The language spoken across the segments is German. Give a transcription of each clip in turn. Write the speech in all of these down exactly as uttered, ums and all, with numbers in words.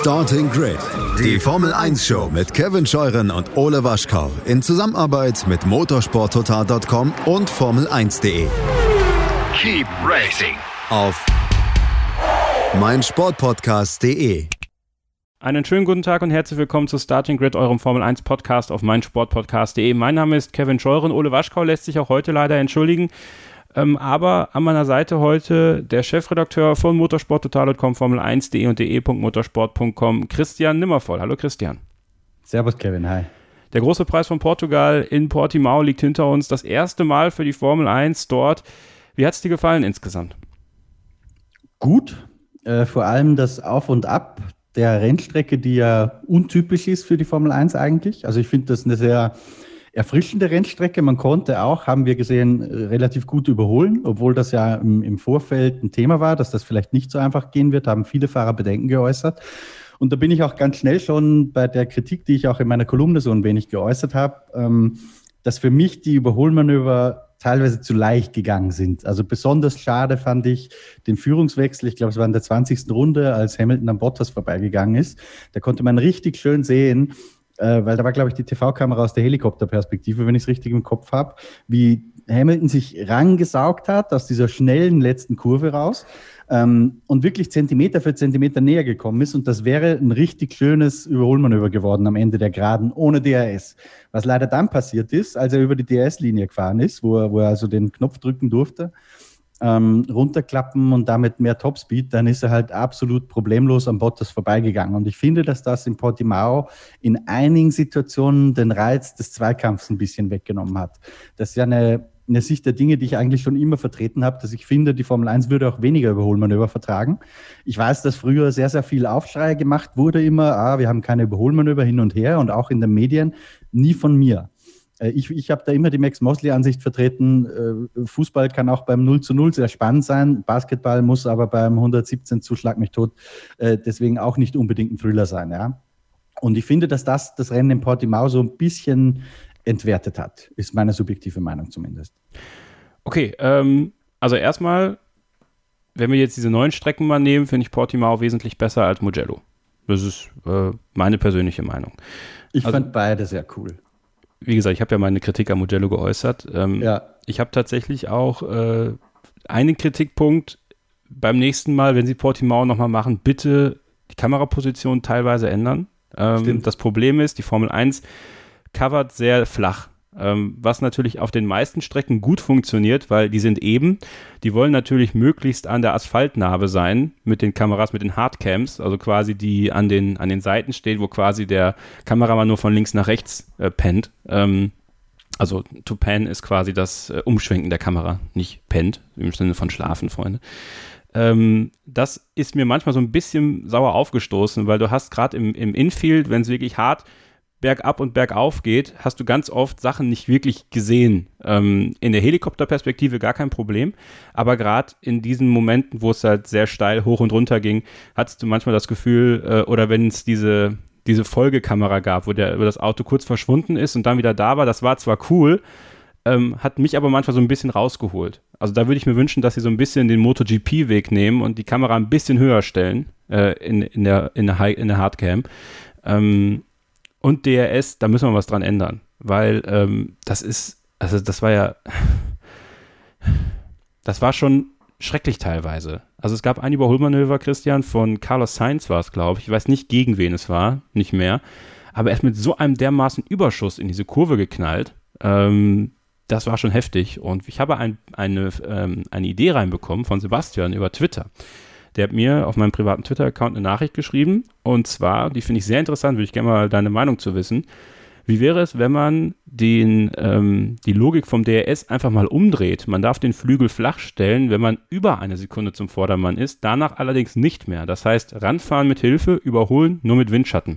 Starting Grid, die Formel eins Show mit Kevin Scheuren und Ole Waschkau in Zusammenarbeit mit motorsport total Punkt com und Formel eins Punkt de. Keep racing Auf meinsportpodcast Punkt de. Einen schönen guten Tag und herzlich willkommen zu Starting Grid, eurem Formel eins Podcast auf meinsportpodcast Punkt de. Mein Name ist Kevin Scheuren. Ole Waschkau lässt sich auch heute leider entschuldigen. Ähm, aber an meiner Seite heute der Chefredakteur von motorsport total Punkt com, Formel eins Punkt de und de Punkt motorsport Punkt com, Christian Nimmervoll. Hallo Christian. Servus Kevin, hi. Der große Preis von Portugal in Portimao liegt hinter uns. Das erste Mal für die Formel eins dort. Wie hat es dir gefallen insgesamt? Gut, äh, vor allem das Auf und Ab der Rennstrecke, die ja untypisch ist für die Formel eins eigentlich. Also ich finde das eine sehr erfrischende Rennstrecke. Man konnte auch, haben wir gesehen, relativ gut überholen, obwohl das ja im, im Vorfeld ein Thema war, dass das vielleicht nicht so einfach gehen wird, haben viele Fahrer Bedenken geäußert. Und da bin ich auch ganz schnell schon bei der Kritik, die ich auch in meiner Kolumne so ein wenig geäußert habe, ähm, dass für mich die Überholmanöver teilweise zu leicht gegangen sind. Also besonders schade fand ich den Führungswechsel, ich glaube es war in der zwanzigsten Runde, als Hamilton am Bottas vorbeigegangen ist. Da konnte man richtig schön sehen, Äh, weil da war, glaube ich, die T V-Kamera aus der Helikopterperspektive, wenn ich es richtig im Kopf habe, wie Hamilton sich rangesaugt hat aus dieser schnellen letzten Kurve raus ähm, und wirklich Zentimeter für Zentimeter näher gekommen ist. Und das wäre ein richtig schönes Überholmanöver geworden am Ende der Geraden ohne D R S. Was leider dann passiert ist, als er über die D R S-Linie gefahren ist, wo er, wo er also den Knopf drücken durfte, Ähm, runterklappen und damit mehr Topspeed, dann ist er halt absolut problemlos am Bottas vorbeigegangen. Und ich finde, dass das in Portimao in einigen Situationen den Reiz des Zweikampfs ein bisschen weggenommen hat. Das ist ja eine, eine Sicht der Dinge, die ich eigentlich schon immer vertreten habe, dass ich finde, die Formel eins würde auch weniger Überholmanöver vertragen. Ich weiß, dass früher sehr, sehr viel Aufschrei gemacht wurde immer, ah, wir haben keine Überholmanöver hin und her und auch in den Medien, nie von mir. Ich, ich habe da immer die Max-Mosley-Ansicht vertreten, Fußball kann auch beim null zu null sehr spannend sein, Basketball muss aber beim hundertsiebzehn zu Schlag mich tot deswegen auch nicht unbedingt ein Thriller sein. Ja? Und ich finde, dass das das Rennen in Portimao so ein bisschen entwertet hat, ist meine subjektive Meinung zumindest. Okay, ähm, also erstmal, wenn wir jetzt diese neuen Strecken mal nehmen, finde ich Portimao wesentlich besser als Mugello. Das ist äh, meine persönliche Meinung. Ich also, fand beide sehr cool. Wie gesagt, ich habe ja meine Kritik an Mugello geäußert. Ähm, ja. Ich habe tatsächlich auch äh, einen Kritikpunkt beim nächsten Mal, wenn Sie Portimao nochmal machen, bitte die Kameraposition teilweise ändern. Ähm, das Problem ist, die Formel eins covert sehr flach, ähm, was natürlich auf den meisten Strecken gut funktioniert, weil die sind eben. Die wollen natürlich möglichst an der Asphaltnarbe sein mit den Kameras, mit den Hardcams, also quasi die an den, an den Seiten steht, wo quasi der Kameramann nur von links nach rechts äh, pennt. Ähm, also to pan ist quasi das äh, Umschwenken der Kamera, nicht pennt, im Sinne von schlafen, Freunde. Ähm, das ist mir manchmal so ein bisschen sauer aufgestoßen, weil du hast gerade im, im Infield, wenn es wirklich hart bergab und bergauf geht, hast du ganz oft Sachen nicht wirklich gesehen. Ähm, in der Helikopterperspektive gar kein Problem, aber gerade in diesen Momenten, wo es halt sehr steil hoch und runter ging, hattest du manchmal das Gefühl, äh, oder wenn es diese, diese Folgekamera gab, wo, der, wo das Auto kurz verschwunden ist und dann wieder da war, das war zwar cool, ähm, hat mich aber manchmal so ein bisschen rausgeholt. Also da würde ich mir wünschen, dass sie so ein bisschen den MotoGP-Weg nehmen und die Kamera ein bisschen höher stellen äh, in, in, der, in, der High, in der Hardcam. Ähm, Und D R S, da müssen wir was dran ändern, weil ähm, das ist, also das war ja, das war schon schrecklich teilweise. Also es gab ein Überholmanöver, Christian, von Carlos Sainz war es, glaube ich, ich weiß nicht, gegen wen es war, nicht mehr, aber er ist mit so einem dermaßen Überschuss in diese Kurve geknallt, ähm, das war schon heftig und ich habe ein, eine, ähm, eine Idee reinbekommen von Sebastian über Twitter. Der hat mir auf meinem privaten Twitter-Account eine Nachricht geschrieben und zwar, die finde ich sehr interessant, würde ich gerne mal deine Meinung zu wissen. Wie wäre es, wenn man den, ähm, die Logik vom D R S einfach mal umdreht? Man darf den Flügel flach stellen, wenn man über eine Sekunde zum Vordermann ist, danach allerdings nicht mehr. Das heißt, ranfahren mit Hilfe, überholen nur mit Windschatten.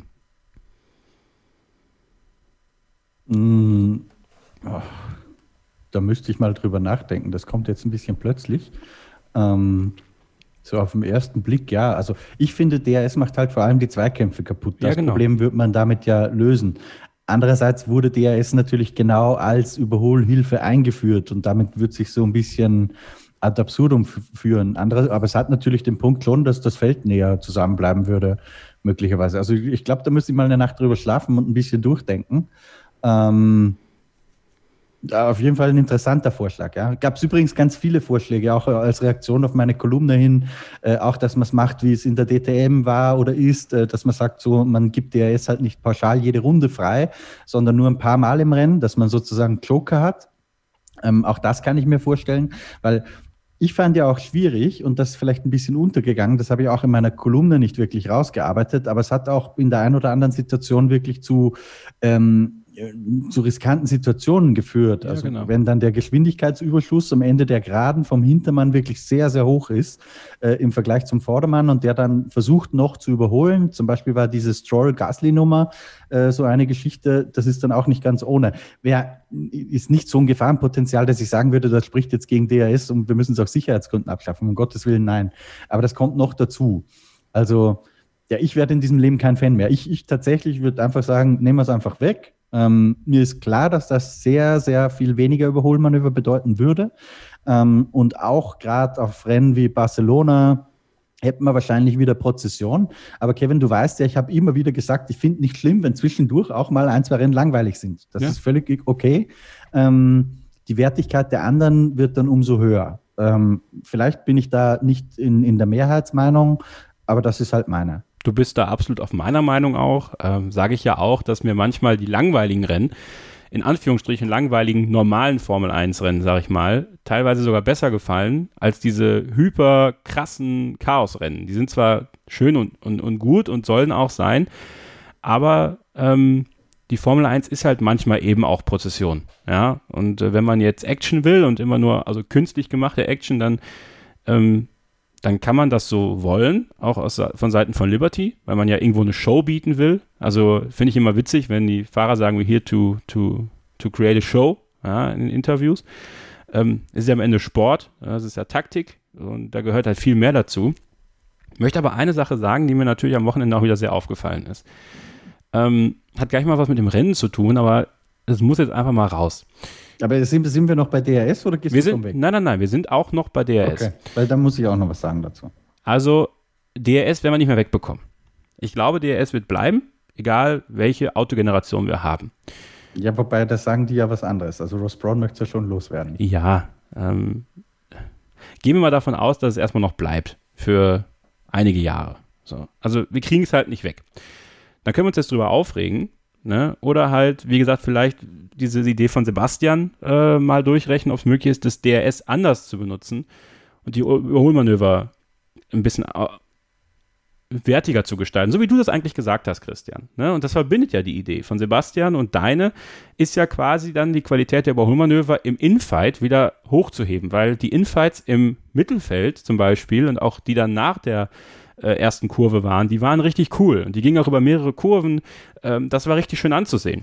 Mm, oh, da müsste ich mal drüber nachdenken. Das kommt jetzt ein bisschen plötzlich. Ähm... So auf den ersten Blick, ja. Also ich finde, D R S macht halt vor allem die Zweikämpfe kaputt. Das ja, genau. Problem wird man damit ja lösen. Andererseits wurde D R S natürlich genau als Überholhilfe eingeführt und damit wird sich so ein bisschen ad absurdum führen. Andere, aber es hat natürlich den Punkt schon, dass das Feld näher zusammenbleiben würde, möglicherweise. Also ich glaube, da müsste ich mal eine Nacht drüber schlafen und ein bisschen durchdenken. Ähm, auf jeden Fall ein interessanter Vorschlag. Ja. Gab es übrigens ganz viele Vorschläge, auch als Reaktion auf meine Kolumne hin, äh, auch, dass man es macht, wie es in der D T M war oder ist, äh, dass man sagt, so, man gibt D R S halt nicht pauschal jede Runde frei, sondern nur ein paar Mal im Rennen, dass man sozusagen Joker hat. Ähm, auch das kann ich mir vorstellen, weil ich fand ja auch schwierig, und das ist vielleicht ein bisschen untergegangen, das habe ich auch in meiner Kolumne nicht wirklich rausgearbeitet, aber es hat auch in der einen oder anderen Situation wirklich zu, ähm, zu riskanten Situationen geführt. Ja, also genau. Wenn dann der Geschwindigkeitsüberschuss am Ende der Geraden vom Hintermann wirklich sehr, sehr hoch ist äh, im Vergleich zum Vordermann und der dann versucht noch zu überholen. Zum Beispiel war diese Stroll-Gasly-Nummer äh, so eine Geschichte, das ist dann auch nicht ganz ohne. Wer ist nicht so ein Gefahrenpotenzial, dass ich sagen würde, das spricht jetzt gegen D R S und wir müssen es aus Sicherheitsgründen abschaffen. Um Gottes Willen, nein. Aber das kommt noch dazu. Also, ja, ich werde in diesem Leben kein Fan mehr. Ich, ich tatsächlich würde einfach sagen, nehmen wir es einfach weg. Ähm, mir ist klar, dass das sehr, sehr viel weniger Überholmanöver bedeuten würde. Ähm, und auch gerade auf Rennen wie Barcelona hätten wir wahrscheinlich wieder Prozession. Aber Kevin, du weißt ja, ich habe immer wieder gesagt, ich finde nicht schlimm, wenn zwischendurch auch mal ein, zwei Rennen langweilig sind. Das ja. ist völlig okay. Ähm, die Wertigkeit der anderen wird dann umso höher. Ähm, vielleicht bin ich da nicht in, in der Mehrheitsmeinung, aber das ist halt meine. Du bist da absolut auf meiner Meinung auch. Ähm, sage ich ja auch, dass mir manchmal die langweiligen Rennen, in Anführungsstrichen langweiligen normalen Formel eins Rennen, sage ich mal, teilweise sogar besser gefallen als diese hyper krassen Chaosrennen. Die sind zwar schön und, und, und gut und sollen auch sein, aber ähm, die Formel eins ist halt manchmal eben auch Prozession. Ja? Und äh, wenn man jetzt Action will und immer nur, also künstlich gemachte Action, dann ähm, dann kann man das so wollen, auch aus, von Seiten von Liberty, weil man ja irgendwo eine Show bieten will. Also finde ich immer witzig, wenn die Fahrer sagen, we're here to, to, to create a show, ja, in Interviews. Ähm, ist ja am Ende Sport, das ist ja Taktik und da gehört halt viel mehr dazu. Ich möchte aber eine Sache sagen, die mir natürlich am Wochenende auch wieder sehr aufgefallen ist. Ähm, hat gleich mal was mit dem Rennen zu tun, aber es muss jetzt einfach mal raus. Aber sind, sind wir noch bei D R S oder gehst wir du sind, schon weg? Nein, nein, nein, wir sind auch noch bei D R S. Okay, weil da muss ich auch noch was sagen dazu. Also D R S werden wir nicht mehr wegbekommen. Ich glaube, D R S wird bleiben, egal welche Autogeneration wir haben. Ja, wobei, das sagen die ja was anderes. Also Ross Brawn möchte ja schon loswerden. Ja, ähm, gehen wir mal davon aus, dass es erstmal noch bleibt für einige Jahre. So. Also wir kriegen es halt nicht weg. Dann können wir uns jetzt drüber aufregen. Ne? Oder halt, wie gesagt, vielleicht diese Idee von Sebastian äh, mal durchrechnen, ob es möglich ist, das D R S anders zu benutzen und die Überholmanöver ein bisschen äh, wertiger zu gestalten, so wie du das eigentlich gesagt hast, Christian. Ne? Und das verbindet ja die Idee von Sebastian und deine, ist ja quasi dann die Qualität der Überholmanöver im Infight wieder hochzuheben, weil die Infights im Mittelfeld zum Beispiel und auch die dann nach der Äh, ersten Kurve waren, die waren richtig cool und die gingen auch über mehrere Kurven, ähm, das war richtig schön anzusehen.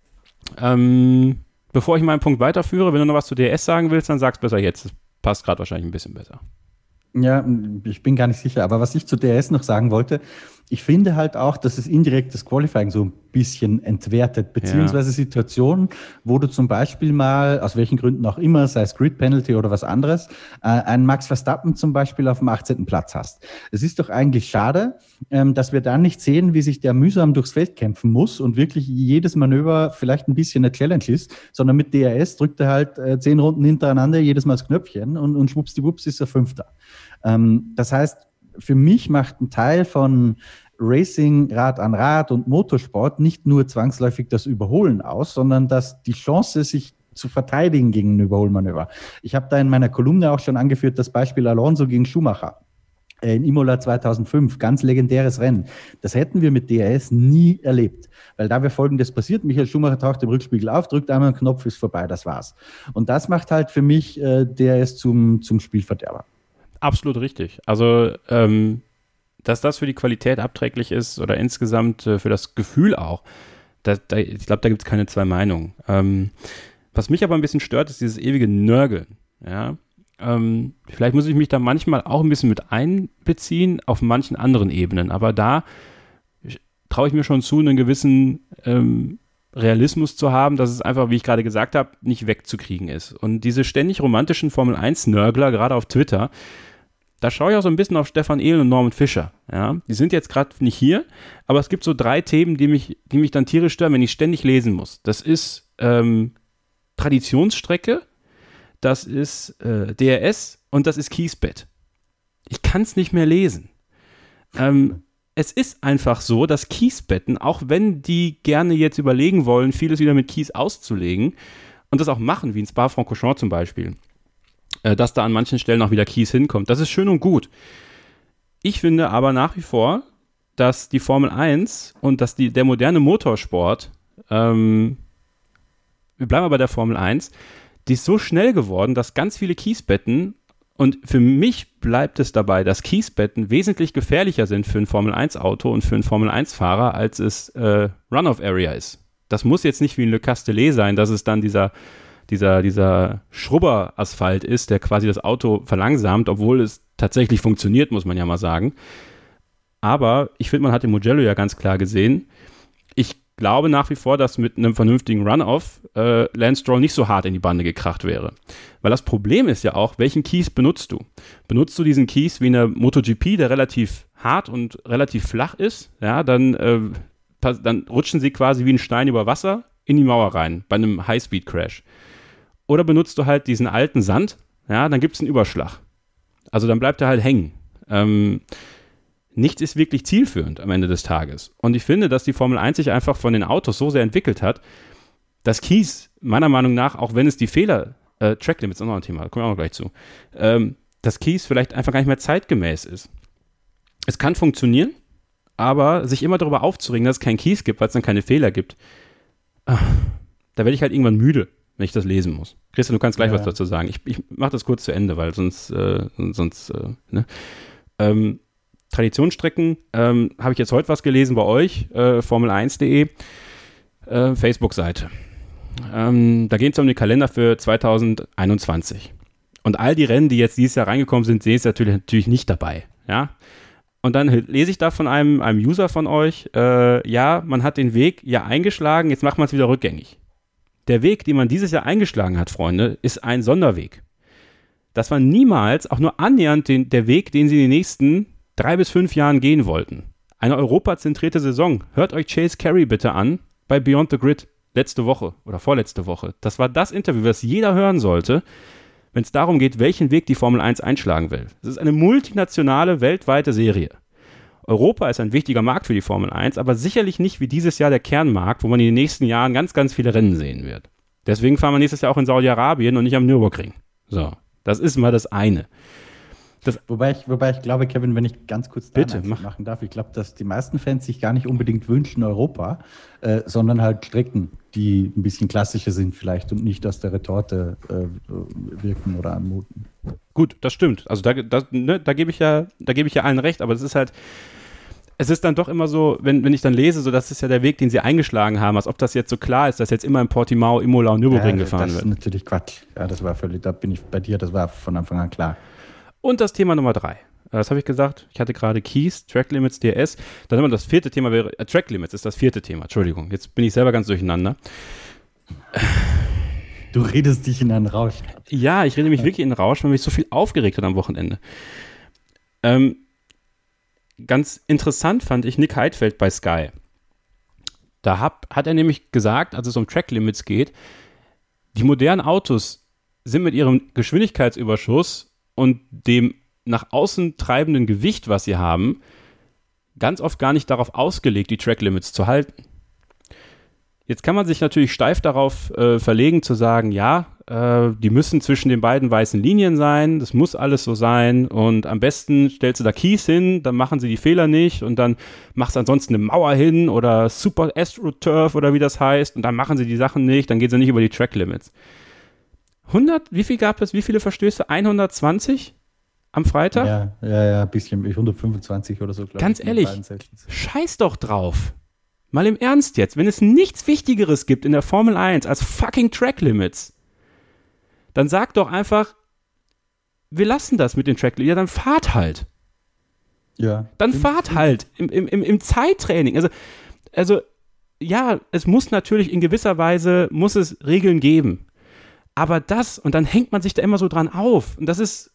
Ähm, bevor ich meinen Punkt weiterführe, wenn du noch was zu D R S sagen willst, dann sag's besser jetzt, das passt gerade wahrscheinlich ein bisschen besser. Ja, ich bin gar nicht sicher, aber was ich zu D R S noch sagen wollte, ich finde halt auch, dass es indirekt das Qualifying so ein bisschen entwertet, beziehungsweise ja. Situationen, wo du zum Beispiel mal, aus welchen Gründen auch immer, sei es Grid Penalty oder was anderes, äh, einen Max Verstappen zum Beispiel auf dem achtzehnten Platz hast. Es ist doch eigentlich schade, ähm, dass wir dann nicht sehen, wie sich der mühsam durchs Feld kämpfen muss und wirklich jedes Manöver vielleicht ein bisschen eine Challenge ist, sondern mit D R S drückt er halt äh, zehn Runden hintereinander jedes Mal das Knöpfchen und, und schwuppsdiwupps ist er Fünfter. Ähm, das heißt, für mich macht ein Teil von Racing, Rad an Rad und Motorsport nicht nur zwangsläufig das Überholen aus, sondern dass die Chance, sich zu verteidigen gegen ein Überholmanöver. Ich habe da in meiner Kolumne auch schon angeführt, das Beispiel Alonso gegen Schumacher in Imola zweitausendfünf, ganz legendäres Rennen. Das hätten wir mit D R S nie erlebt, weil da wäre Folgendes passiert. Michael Schumacher taucht im Rückspiegel auf, drückt einmal einen Knopf, ist vorbei, das war's. Und das macht halt für mich äh, D R S zum, zum Spielverderber. Absolut richtig. Also, ähm, dass das für die Qualität abträglich ist oder insgesamt äh, für das Gefühl auch, da, da, ich glaube, da gibt es keine zwei Meinungen. Ähm, was mich aber ein bisschen stört, ist dieses ewige Nörgeln. Ja? Ähm, vielleicht muss ich mich da manchmal auch ein bisschen mit einbeziehen auf manchen anderen Ebenen, aber da traue ich mir schon zu, einen gewissen ähm, Realismus zu haben, dass es einfach, wie ich gerade gesagt habe, nicht wegzukriegen ist. Und diese ständig romantischen Formel eins Nörgler, gerade auf Twitter, da schaue ich auch so ein bisschen auf Stefan Ehlen und Norman Fischer. Ja? Die sind jetzt gerade nicht hier, aber es gibt so drei Themen, die mich, die mich dann tierisch stören, wenn ich ständig lesen muss. Das ist ähm, Traditionsstrecke, das ist äh, D R S und das ist Kiesbett. Ich kann es nicht mehr lesen. Ähm, es ist einfach so, dass Kiesbetten, auch wenn die gerne jetzt überlegen wollen, vieles wieder mit Kies auszulegen und das auch machen, wie in Spa-Francorchamps zum Beispiel, dass da an manchen Stellen auch wieder Kies hinkommt. Das ist schön und gut. Ich finde aber nach wie vor, dass die Formel eins und dass die, der moderne Motorsport, ähm, wir bleiben aber bei der Formel eins, die ist so schnell geworden, dass ganz viele Kiesbetten, und für mich bleibt es dabei, dass Kiesbetten wesentlich gefährlicher sind für ein Formel eins Auto und für einen Formel eins Fahrer, als es äh, Runoff-Area ist. Das muss jetzt nicht wie ein Le Castellet sein, dass es dann dieser dieser, dieser Schrubber-Asphalt ist, der quasi das Auto verlangsamt, obwohl es tatsächlich funktioniert, muss man ja mal sagen. Aber ich finde, man hat im Mugello ja ganz klar gesehen, ich glaube nach wie vor, dass mit einem vernünftigen Runoff äh, Lance Stroll nicht so hart in die Bande gekracht wäre. Weil das Problem ist ja auch, welchen Kies benutzt du? Benutzt du diesen Kies wie in der MotoGP, der relativ hart und relativ flach ist, ja, dann, äh, dann rutschen sie quasi wie ein Stein über Wasser in die Mauer rein, bei einem High-Speed-Crash. Oder benutzt du halt diesen alten Sand, ja, dann gibt es einen Überschlag. Also dann bleibt er halt hängen. Ähm, nichts ist wirklich zielführend am Ende des Tages. Und ich finde, dass die Formel eins sich einfach von den Autos so sehr entwickelt hat, dass Kies, meiner Meinung nach, auch wenn es die Fehler, äh, Tracklimits ist auch noch ein Thema, da kommen wir auch noch gleich zu, ähm, dass Kies vielleicht einfach gar nicht mehr zeitgemäß ist. Es kann funktionieren, aber sich immer darüber aufzuregen, dass es keinen Kies gibt, weil es dann keine Fehler gibt, ach, da werde ich halt irgendwann müde, wenn ich das lesen muss. Christian, du kannst gleich ja was dazu sagen. Ich, ich mache das kurz zu Ende, weil sonst, äh, sonst äh, ne? ähm, Traditionsstrecken, ähm, habe ich jetzt heute was gelesen bei euch, äh, Formel eins punkt de, äh, Facebook-Seite. Ähm, da geht es um den Kalender für zwanzig einundzwanzig. Und all die Rennen, die jetzt dieses Jahr reingekommen sind, sehen es natürlich, natürlich nicht dabei. Ja? Und dann lese ich da von einem, einem User von euch, äh, ja, man hat den Weg ja eingeschlagen, jetzt macht man es wieder rückgängig. Der Weg, den man dieses Jahr eingeschlagen hat, Freunde, ist ein Sonderweg. Das war niemals auch nur annähernd den, der Weg, den sie in den nächsten drei bis fünf Jahren gehen wollten. Eine europazentrierte Saison. Hört euch Chase Carey bitte an bei Beyond the Grid letzte Woche oder vorletzte Woche. Das war das Interview, das jeder hören sollte, wenn es darum geht, welchen Weg die Formel eins einschlagen will. Es ist eine multinationale, weltweite Serie. Europa ist ein wichtiger Markt für die Formel eins, aber sicherlich nicht wie dieses Jahr der Kernmarkt, wo man in den nächsten Jahren ganz, ganz viele Rennen sehen wird. Deswegen fahren wir nächstes Jahr auch in Saudi-Arabien und nicht am Nürburgring. So, das ist mal das eine. Das wobei, ich, wobei ich glaube, Kevin, wenn ich ganz kurz da bitte, mach. machen darf, ich glaube, dass die meisten Fans sich gar nicht unbedingt wünschen Europa, äh, sondern halt Strecken, die ein bisschen klassischer sind vielleicht und nicht aus der Retorte äh, wirken oder anmuten. Gut, das stimmt. Also da, da, ne, da gebe ich ja, da gebe ich ja allen recht, aber es ist halt, es ist dann doch immer so, wenn, wenn ich dann lese, so das ist ja der Weg, den sie eingeschlagen haben, als ob das jetzt so klar ist, dass jetzt immer in Portimao, Imola und Nürburgring ja, gefahren wird. Das ist natürlich Quatsch. Ja, das war völlig, da bin ich bei dir, das war von Anfang an klar. Und das Thema Nummer drei. Das habe ich gesagt. Ich hatte gerade Kies, Track Limits, D R S. Dann haben wir das vierte Thema, wäre, äh, Track Limits ist das vierte Thema. Entschuldigung, jetzt bin ich selber ganz durcheinander. Du redest dich in einen Rausch. Ja, ich rede mich wirklich in einen Rausch, weil mich so viel aufgeregt hat am Wochenende. Ähm, ganz interessant fand ich Nick Heidfeld bei Sky. Da hab, hat er nämlich gesagt, als es um Track Limits geht, die modernen Autos sind mit ihrem Geschwindigkeitsüberschuss und dem nach außen treibenden Gewicht, was sie haben, ganz oft gar nicht darauf ausgelegt, die Track Limits zu halten. Jetzt kann man sich natürlich steif darauf äh, verlegen, zu sagen, ja, äh, die müssen zwischen den beiden weißen Linien sein, das muss alles so sein und am besten stellst du da Kies hin, dann machen sie die Fehler nicht und dann machst du ansonsten eine Mauer hin oder Super AstroTurf oder wie das heißt und dann machen sie die Sachen nicht, dann gehen sie nicht über die Track Limits. hundert, wie viel gab es, wie viele Verstöße? hundertzwanzig am Freitag? Ja, ja, ja, ein bisschen, hundertfünfundzwanzig oder so, glaube ich. Ganz ehrlich, scheiß doch drauf. Mal im Ernst jetzt, wenn es nichts Wichtigeres gibt in der Formel eins als fucking Track Limits, dann sag doch einfach, wir lassen das mit den Track Limits. Ja, dann fahrt halt. Ja. Dann fahrt halt im, im, im Zeittraining. Also, also ja, es muss natürlich in gewisser Weise, muss es Regeln geben. Aber das, und dann hängt man sich da immer so dran auf. Und das ist,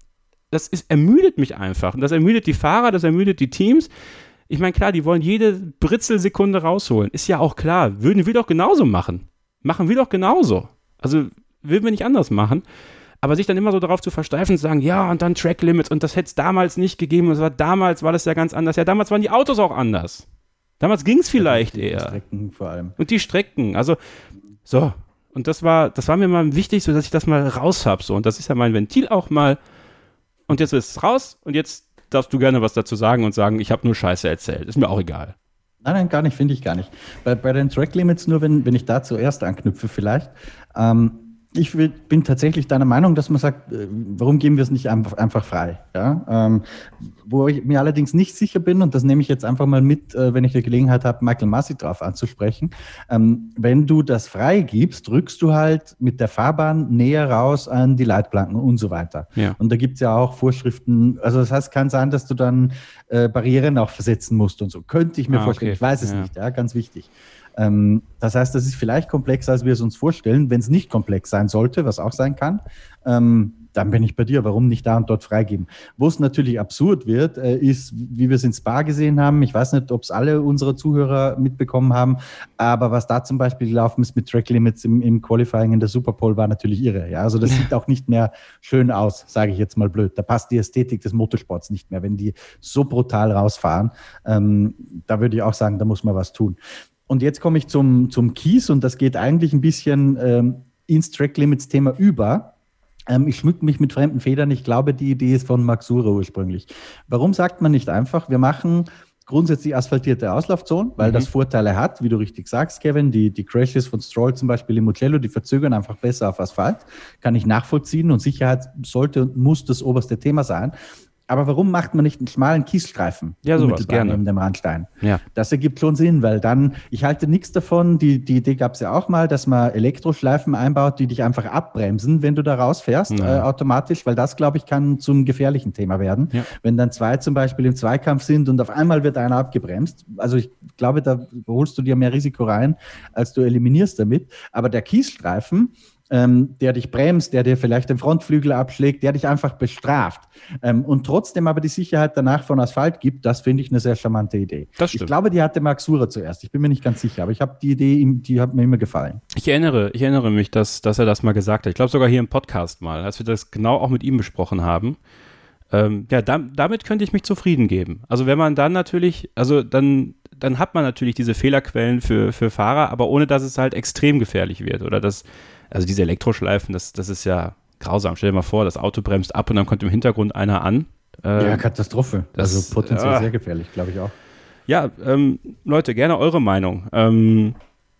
das ist, ermüdet mich einfach. Und das ermüdet die Fahrer, das ermüdet die Teams. Ich meine, klar, die wollen jede Britzelsekunde rausholen. Ist ja auch klar. Würden wir doch genauso machen. Machen wir doch genauso. Also, würden wir nicht anders machen. Aber sich dann immer so darauf zu versteifen und zu sagen, ja, und dann Track Limits und das hätte es damals nicht gegeben. Und war, damals war das ja ganz anders. Ja, damals waren die Autos auch anders. Damals ging es vielleicht die eher. Die Strecken vor allem. Und die Strecken. Also, so. Und das war, das war mir mal wichtig, so dass ich das mal raus habe. So. Und das ist ja mein Ventil auch mal. Und jetzt ist es raus. Und jetzt darfst du gerne was dazu sagen und sagen, ich habe nur Scheiße erzählt. Ist mir auch egal. Nein, nein, gar nicht, finde ich gar nicht. Bei, bei den Track Limits, nur wenn, wenn ich da zuerst anknüpfe vielleicht, ähm, ich will, bin tatsächlich deiner Meinung, dass man sagt, äh, warum geben wir es nicht einfach, einfach frei? Ja? Ähm, wo ich mir allerdings nicht sicher bin, und das nehme ich jetzt einfach mal mit, äh, wenn ich die Gelegenheit habe, Michael Masi drauf anzusprechen. Ähm, wenn du das frei gibst, rückst du halt mit der Fahrbahn näher raus an die Leitplanken und so weiter. Ja. Und da gibt es ja auch Vorschriften, also das heißt, kann sein, dass du dann äh, Barrieren auch versetzen musst und so. Könnte ich mir ah, vorstellen, okay. Ich weiß es ja. nicht, ja, ganz wichtig. Ähm, das heißt, das ist vielleicht komplexer, als wir es uns vorstellen. Wenn es nicht komplex sein sollte, was auch sein kann, ähm, dann bin ich bei dir. Warum nicht da und dort freigeben? Wo es natürlich absurd wird, äh, ist, wie wir es in Spa gesehen haben. Ich weiß nicht, ob es alle unsere Zuhörer mitbekommen haben, aber was da zum Beispiel gelaufen ist mit Track Limits im, im Qualifying in der Super Bowl war natürlich irre. Ja? Also das sieht auch nicht mehr schön aus, sage ich jetzt mal blöd. Da passt die Ästhetik des Motorsports nicht mehr, wenn die so brutal rausfahren. Ähm, da würde ich auch sagen, da muss man was tun. Und jetzt komme ich zum, zum Kies und das geht eigentlich ein bisschen ähm, ins Track-Limits-Thema über. Ähm, ich schmücke mich mit fremden Federn. Ich glaube, die Idee ist von Max Surer ursprünglich. Warum sagt man nicht einfach, wir machen grundsätzlich asphaltierte Auslaufzonen, weil mhm. das Vorteile hat, wie du richtig sagst, Kevin, die, die Crashes von Stroll zum Beispiel im Mugello, die verzögern einfach besser auf Asphalt. Kann ich nachvollziehen und Sicherheit sollte und muss das oberste Thema sein. Aber warum macht man nicht einen schmalen Kiesstreifen? Ja, sowas, gerne. Neben dem Randstein. Ja. Das ergibt schon Sinn, weil dann, ich halte nichts davon, die, die Idee gab es ja auch mal, dass man Elektroschleifen einbaut, die dich einfach abbremsen, wenn du da rausfährst, äh, automatisch, weil das, glaube ich, kann zum gefährlichen Thema werden. Ja. Wenn dann zwei zum Beispiel im Zweikampf sind und auf einmal wird einer abgebremst. Also ich glaube, da holst du dir mehr Risiko rein, als du eliminierst damit. Aber der Kiesstreifen, Ähm, der dich bremst, der dir vielleicht den Frontflügel abschlägt, der dich einfach bestraft ähm, und trotzdem aber die Sicherheit danach von Asphalt gibt, das finde ich eine sehr charmante Idee. Das stimmt. Ich glaube, die hatte Max Surer zuerst. Ich bin mir nicht ganz sicher, aber ich habe die Idee, die hat mir immer gefallen. Ich erinnere, ich erinnere mich, dass, dass er das mal gesagt hat. Ich glaube sogar hier im Podcast mal, als wir das genau auch mit ihm besprochen haben. Ähm, ja, da, damit könnte ich mich zufrieden geben. Also wenn man dann natürlich, also dann dann hat man natürlich diese Fehlerquellen für, für Fahrer, aber ohne, dass es halt extrem gefährlich wird. Oder das, also diese Elektroschleifen, das, das ist ja grausam. Stell dir mal vor, das Auto bremst ab und dann kommt im Hintergrund einer an. Äh, ja, Katastrophe. Das, also potenziell äh, sehr gefährlich, glaube ich auch. Ja, ähm, Leute, gerne eure Meinung. Ähm,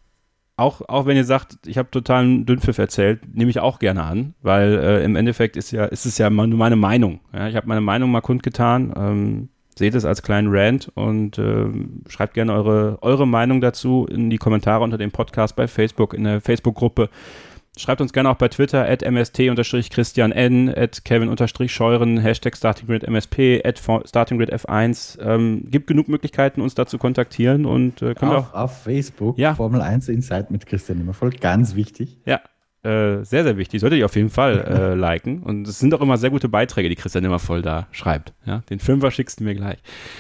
auch, auch wenn ihr sagt, ich habe totalen Dünnpfiff erzählt, nehme ich auch gerne an, weil äh, im Endeffekt ist ja, ist es ja nur meine Meinung. Ja? Ich habe meine Meinung mal kundgetan. Ähm, Seht es als kleinen Rant und äh, schreibt gerne eure, eure Meinung dazu in die Kommentare unter dem Podcast bei Facebook, in der Facebook-Gruppe. Schreibt uns gerne auch bei Twitter, at mst-christian-n, at kevin-scheuren, Hashtag StartingGridMSP, at StartingGridF eins. Ähm, gibt genug Möglichkeiten, uns da zu kontaktieren. Und, äh, können auch, wir auch auf Facebook, ja. Formel eins Insight mit Christian Nimmervoll, ganz wichtig. Ja. Äh, sehr, sehr wichtig. Solltet ihr auf jeden Fall äh, liken. Und es sind auch immer sehr gute Beiträge, die Christian immer voll da schreibt. Ja? Den Fünfer schickst du mir gleich.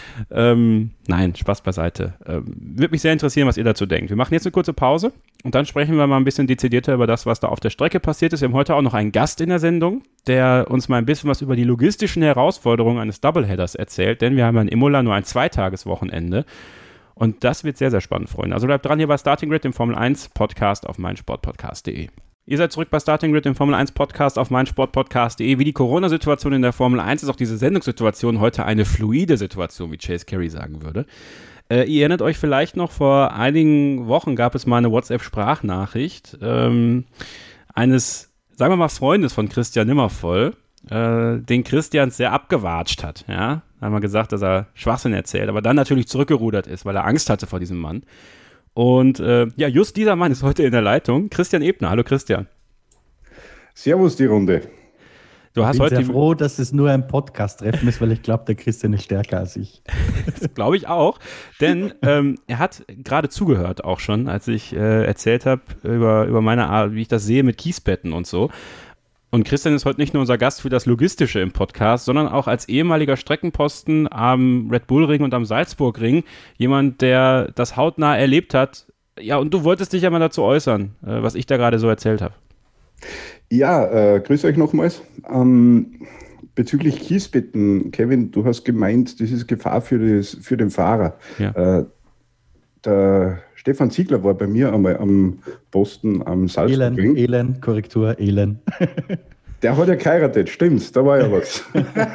Ähm, nein, Spaß beiseite. Ähm, Würde mich sehr interessieren, was ihr dazu denkt. Wir machen jetzt eine kurze Pause und dann sprechen wir mal ein bisschen dezidierter über das, was da auf der Strecke passiert ist. Wir haben heute auch noch einen Gast in der Sendung, der uns mal ein bisschen was über die logistischen Herausforderungen eines Doubleheaders erzählt, denn wir haben ja in Imola nur ein Zweitageswochenende. Und das wird sehr, sehr spannend, Freunde. Also bleibt dran hier bei Starting Grid, dem Formel eins Podcast auf meinsportpodcast punkt de. Ihr seid zurück bei Starting Grid, dem Formel eins Podcast auf meinsportpodcast punkt de. Wie die Corona-Situation in der Formel eins ist auch diese Sendungssituation heute eine fluide Situation, wie Chase Carey sagen würde. Äh, ihr erinnert euch vielleicht noch, vor einigen Wochen gab es mal eine WhatsApp-Sprachnachricht ähm, eines, sagen wir mal, Freundes von Christian Nimmervoll, äh, den Christian sehr abgewatscht hat. Ja? Da haben wir gesagt, dass er Schwachsinn erzählt, aber dann natürlich zurückgerudert ist, weil er Angst hatte vor diesem Mann. Und äh, ja, just dieser Mann ist heute in der Leitung. Christian Ebner. Hallo Christian. Servus die Runde. Du hast ich bin heute sehr froh, dass es nur ein Podcast-Treffen ist, weil ich glaube, der Christian ist stärker als ich. Das glaube ich auch, denn ähm, er hat gerade zugehört auch schon, als ich äh, erzählt habe über, über meine Art, wie ich das sehe mit Kiesbetten und so. Und Christian ist heute nicht nur unser Gast für das Logistische im Podcast, sondern auch als ehemaliger Streckenposten am Red Bull Ring und am Salzburg-Ring jemand, der das hautnah erlebt hat. Ja, und du wolltest dich ja mal dazu äußern, äh, was ich da gerade so erzählt habe. Ja, äh, grüß euch nochmals. Ähm, bezüglich Kiesbetten, Kevin, du hast gemeint, das ist Gefahr für, das, für den Fahrer. Ja. Äh, der Stefan Ziegler war bei mir einmal am Posten am Salzburg-Ring. Elend, Elend, Korrektur, Elend. Der hat ja geheiratet, stimmt, da war ja was.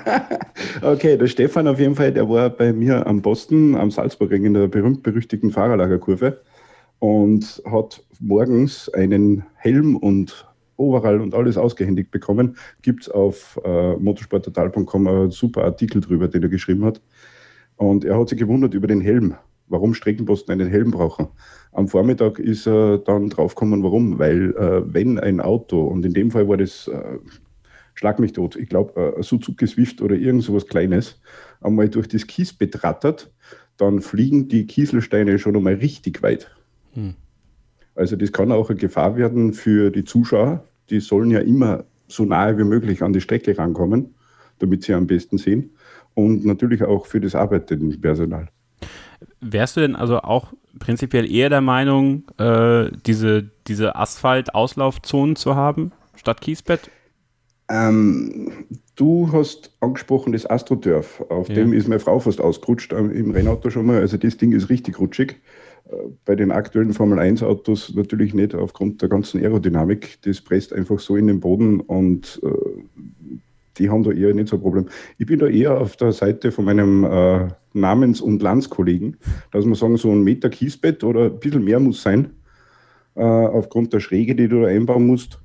Okay, der Stefan auf jeden Fall, der war bei mir am Posten am Salzburg-Ring in der berühmt-berüchtigten Fahrerlagerkurve und hat morgens einen Helm und Overall und alles ausgehändigt bekommen. Gibt es auf äh, motorsporttotal punkt com einen super Artikel drüber, den er geschrieben hat. Und er hat sich gewundert über den Helm, warum Streckenposten einen Helm brauchen. Am Vormittag ist er dann draufgekommen, warum. Weil äh, wenn ein Auto, und in dem Fall war das, äh, schlag mich tot, ich glaube äh, ein Suzuki Swift oder irgend sowas Kleines, einmal durch das Kiesbett rattert, dann fliegen die Kieselsteine schon einmal richtig weit. Hm. Also das kann auch eine Gefahr werden für die Zuschauer. Die sollen ja immer so nahe wie möglich an die Strecke rankommen, damit sie am besten sehen. Und natürlich auch für das arbeitende Personal. Wärst du denn also auch prinzipiell eher der Meinung, äh, diese, diese Asphalt-Auslaufzonen zu haben, statt Kiesbett? Ähm, du hast angesprochen das AstroTurf. Auf ja. dem ist meine Frau fast ausgerutscht im Rennauto schon mal. Also das Ding ist richtig rutschig. Bei den aktuellen Formel eins Autos natürlich nicht aufgrund der ganzen Aerodynamik. Das presst einfach so in den Boden und äh, die haben da eher nicht so ein Problem. Ich bin da eher auf der Seite von meinem äh, Namens- und Landskollegen, dass man sagen, so ein Meter Kiesbett oder ein bisschen mehr muss sein, äh, aufgrund der Schräge, die du da einbauen musst.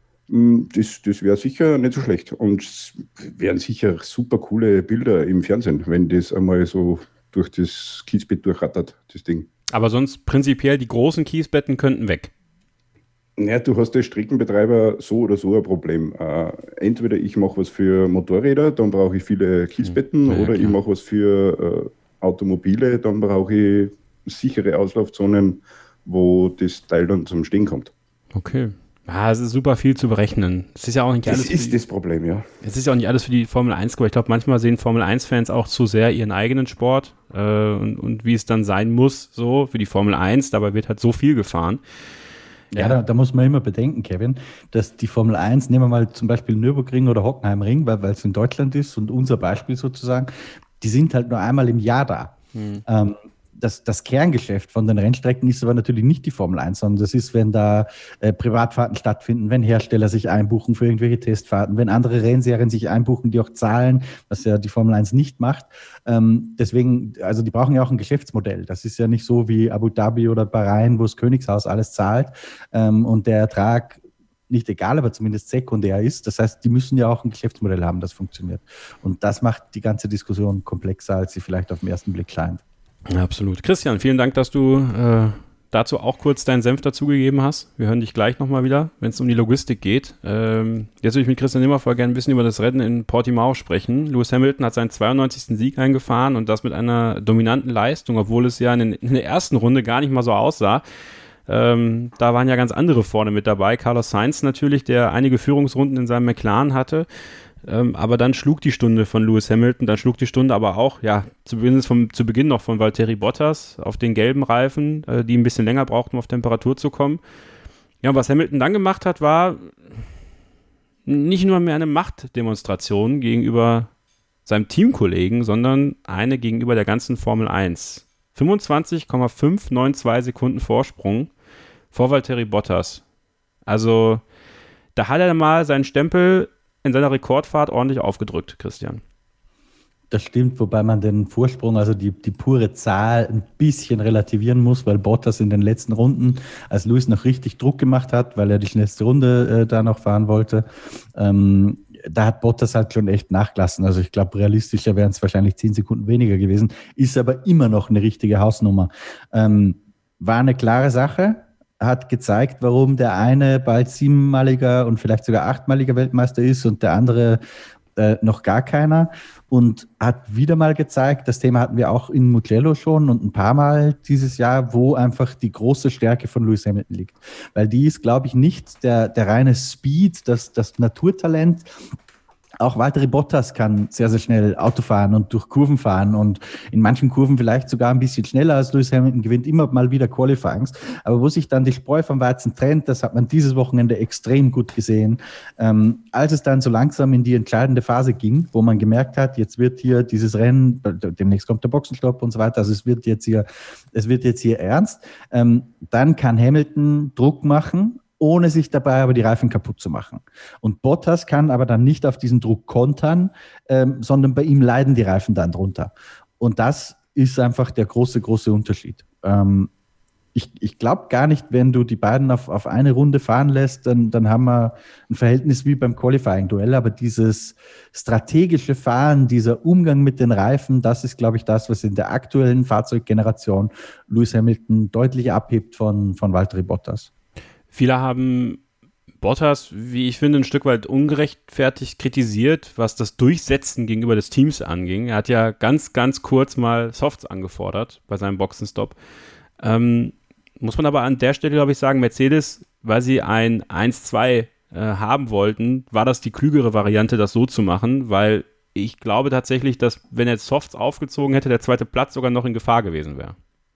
Das, das wäre sicher nicht so schlecht. Und es wären sicher super coole Bilder im Fernsehen, wenn das einmal so durch das Kiesbett durchrattert, das Ding. Aber sonst prinzipiell die großen Kiesbetten könnten weg. Naja, du hast als Streckenbetreiber so oder so ein Problem. Äh, entweder ich mache was für Motorräder, dann brauche ich viele Kiesbetten, ja, oder klar. Ich mache was für äh, Automobile, dann brauche ich sichere Auslaufzonen, wo das Teil dann zum Stehen kommt. Okay. Ja, es ist super viel zu berechnen. Es ist ja auch nicht das alles. Das ist die, das Problem, ja. Es ist ja auch nicht alles für die Formel eins, aber ich glaube, manchmal sehen Formel eins Fans auch zu sehr ihren eigenen Sport äh, und, und wie es dann sein muss, so für die Formel eins. Dabei wird halt so viel gefahren. Ja, ja. Da, da muss man immer bedenken, Kevin, dass die Formel eins, nehmen wir mal zum Beispiel Nürburgring oder Hockenheimring, weil es in Deutschland ist und unser Beispiel sozusagen, die sind halt nur einmal im Jahr da. Hm. Ähm, Das, das Kerngeschäft von den Rennstrecken ist aber natürlich nicht die Formel eins, sondern das ist, wenn da äh, Privatfahrten stattfinden, wenn Hersteller sich einbuchen für irgendwelche Testfahrten, wenn andere Rennserien sich einbuchen, die auch zahlen, was ja die Formel eins nicht macht. Ähm, deswegen, also die brauchen ja auch ein Geschäftsmodell. Das ist ja nicht so wie Abu Dhabi oder Bahrain, wo das Königshaus alles zahlt ähm, und der Ertrag nicht egal, aber zumindest sekundär ist. Das heißt, die müssen ja auch ein Geschäftsmodell haben, das funktioniert. Und das macht die ganze Diskussion komplexer, als sie vielleicht auf den ersten Blick scheint. Ja, absolut. Christian, vielen Dank, dass du äh, dazu auch kurz deinen Senf dazugegeben hast. Wir hören dich gleich nochmal wieder, wenn es um die Logistik geht. Ähm, jetzt würde ich mit Christian Nimmervoll gerne ein bisschen über das Rennen in Portimao sprechen. Lewis Hamilton hat seinen zweiundneunzigsten Sieg eingefahren und das mit einer dominanten Leistung, obwohl es ja in, in der ersten Runde gar nicht mal so aussah. Ähm, da waren ja ganz andere vorne mit dabei. Carlos Sainz natürlich, der einige Führungsrunden in seinem McLaren hatte. Ähm, aber dann schlug die Stunde von Lewis Hamilton, dann schlug die Stunde aber auch, ja, zumindest vom, zu Beginn noch von Valtteri Bottas auf den gelben Reifen, äh, die ein bisschen länger brauchten, um auf Temperatur zu kommen. Ja, und was Hamilton dann gemacht hat, war nicht nur mehr eine Machtdemonstration gegenüber seinem Teamkollegen, sondern eine gegenüber der ganzen Formel eins. fünfundzwanzig Komma fünf neun zwei Sekunden Vorsprung vor Valtteri Bottas. Also, da hat er mal seinen Stempel in seiner Rekordfahrt ordentlich aufgedrückt, Christian. Das stimmt, wobei man den Vorsprung, also die, die pure Zahl, ein bisschen relativieren muss, weil Bottas in den letzten Runden, als Lewis noch richtig Druck gemacht hat, weil er die schnellste Runde äh, da noch fahren wollte, ähm, da hat Bottas halt schon echt nachgelassen. Also ich glaube, realistischer wären es wahrscheinlich zehn Sekunden weniger gewesen, ist aber immer noch eine richtige Hausnummer. Ähm, war eine klare Sache. hat gezeigt, warum der eine bald siebenmaliger und vielleicht sogar achtmaliger Weltmeister ist und der andere äh, noch gar keiner. Und hat wieder mal gezeigt, das Thema hatten wir auch in Mugello schon und ein paar Mal dieses Jahr, wo einfach die große Stärke von Lewis Hamilton liegt. Weil die ist, glaube ich, nicht der, der reine Speed, das, das Naturtalent. Auch Valtteri Bottas kann sehr, sehr schnell Auto fahren und durch Kurven fahren und in manchen Kurven vielleicht sogar ein bisschen schneller als Lewis Hamilton, gewinnt immer mal wieder Qualifyings. Aber wo sich dann die Spreu vom Weizen trennt, das hat man dieses Wochenende extrem gut gesehen. Ähm, als es dann so langsam in die entscheidende Phase ging, wo man gemerkt hat, jetzt wird hier dieses Rennen, demnächst kommt der Boxenstopp und so weiter, also es wird jetzt hier, es wird jetzt hier ernst, ähm, dann kann Hamilton Druck machen, ohne sich dabei aber die Reifen kaputt zu machen. Und Bottas kann aber dann nicht auf diesen Druck kontern, ähm, sondern bei ihm leiden die Reifen dann drunter. Und das ist einfach der große, große Unterschied. Ähm, ich ich glaube gar nicht, wenn du die beiden auf, auf eine Runde fahren lässt, dann, dann haben wir ein Verhältnis wie beim Qualifying-Duell. Aber dieses strategische Fahren, dieser Umgang mit den Reifen, das ist, glaube ich, das, was in der aktuellen Fahrzeuggeneration Lewis Hamilton deutlich abhebt von, von Valtteri Bottas. Viele haben Bottas, wie ich finde, ein Stück weit ungerechtfertigt kritisiert, was das Durchsetzen gegenüber des Teams anging. Er hat ja ganz, ganz kurz mal Softs angefordert bei seinem Boxenstopp. Ähm, muss man aber an der Stelle, glaube ich, sagen, Mercedes, weil sie ein eins zwei äh, haben wollten, war das die klügere Variante, das so zu machen, weil ich glaube tatsächlich, dass, wenn er Softs aufgezogen hätte, der zweite Platz sogar noch in Gefahr gewesen wäre.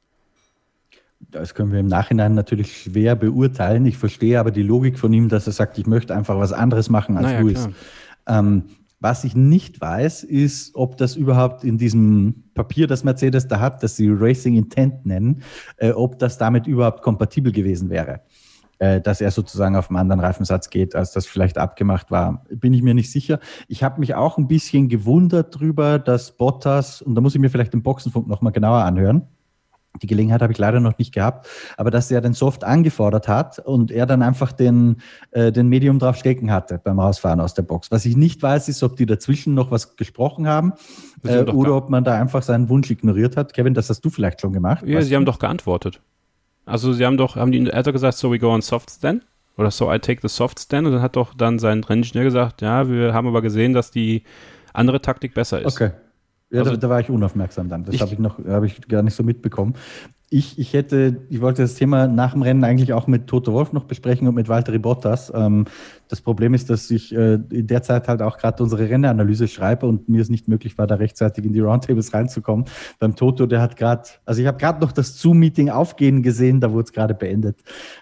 Das können wir im Nachhinein natürlich schwer beurteilen. Ich verstehe aber die Logik von ihm, dass er sagt, ich möchte einfach was anderes machen als naja, Lewis. Ähm, was ich nicht weiß, ist, ob das überhaupt in diesem Papier, das Mercedes da hat, das sie Racing Intent nennen, äh, ob das damit überhaupt kompatibel gewesen wäre. Äh, dass er sozusagen auf einen anderen Reifensatz geht, als das vielleicht abgemacht war. Bin ich mir nicht sicher. Ich habe mich auch ein bisschen gewundert drüber, dass Bottas, und da muss ich mir vielleicht den Boxenfunk nochmal genauer anhören, die Gelegenheit habe ich leider noch nicht gehabt, aber dass er den Soft angefordert hat und er dann einfach den, äh, den Medium drauf stecken hatte beim Rausfahren aus der Box. Was ich nicht weiß, ist, ob die dazwischen noch was gesprochen haben äh, oder ob man da einfach seinen Wunsch ignoriert hat. Kevin, das hast du vielleicht schon gemacht. Ja, sie du? haben doch geantwortet. Also sie haben doch, haben die, er hat doch gesagt, so we go on Softs then? Oder so I take the Softs then? Und dann hat doch dann sein Renningenieur gesagt, ja, wir haben aber gesehen, dass die andere Taktik besser ist. Okay. Ja, also, da, da war ich unaufmerksam dann. Das habe ich noch, habe ich gar nicht so mitbekommen. Ich, ich hätte, ich wollte das Thema nach dem Rennen eigentlich auch mit Toto Wolff noch besprechen und mit Valtteri Bottas. Ähm, das Problem ist, dass ich äh, in der Zeit halt auch gerade unsere Rennanalyse schreibe und mir es nicht möglich war, da rechtzeitig in die Roundtables reinzukommen. Beim Toto, der hat gerade, also ich habe gerade noch das Zoom-Meeting aufgehen gesehen, da wurde es gerade beendet.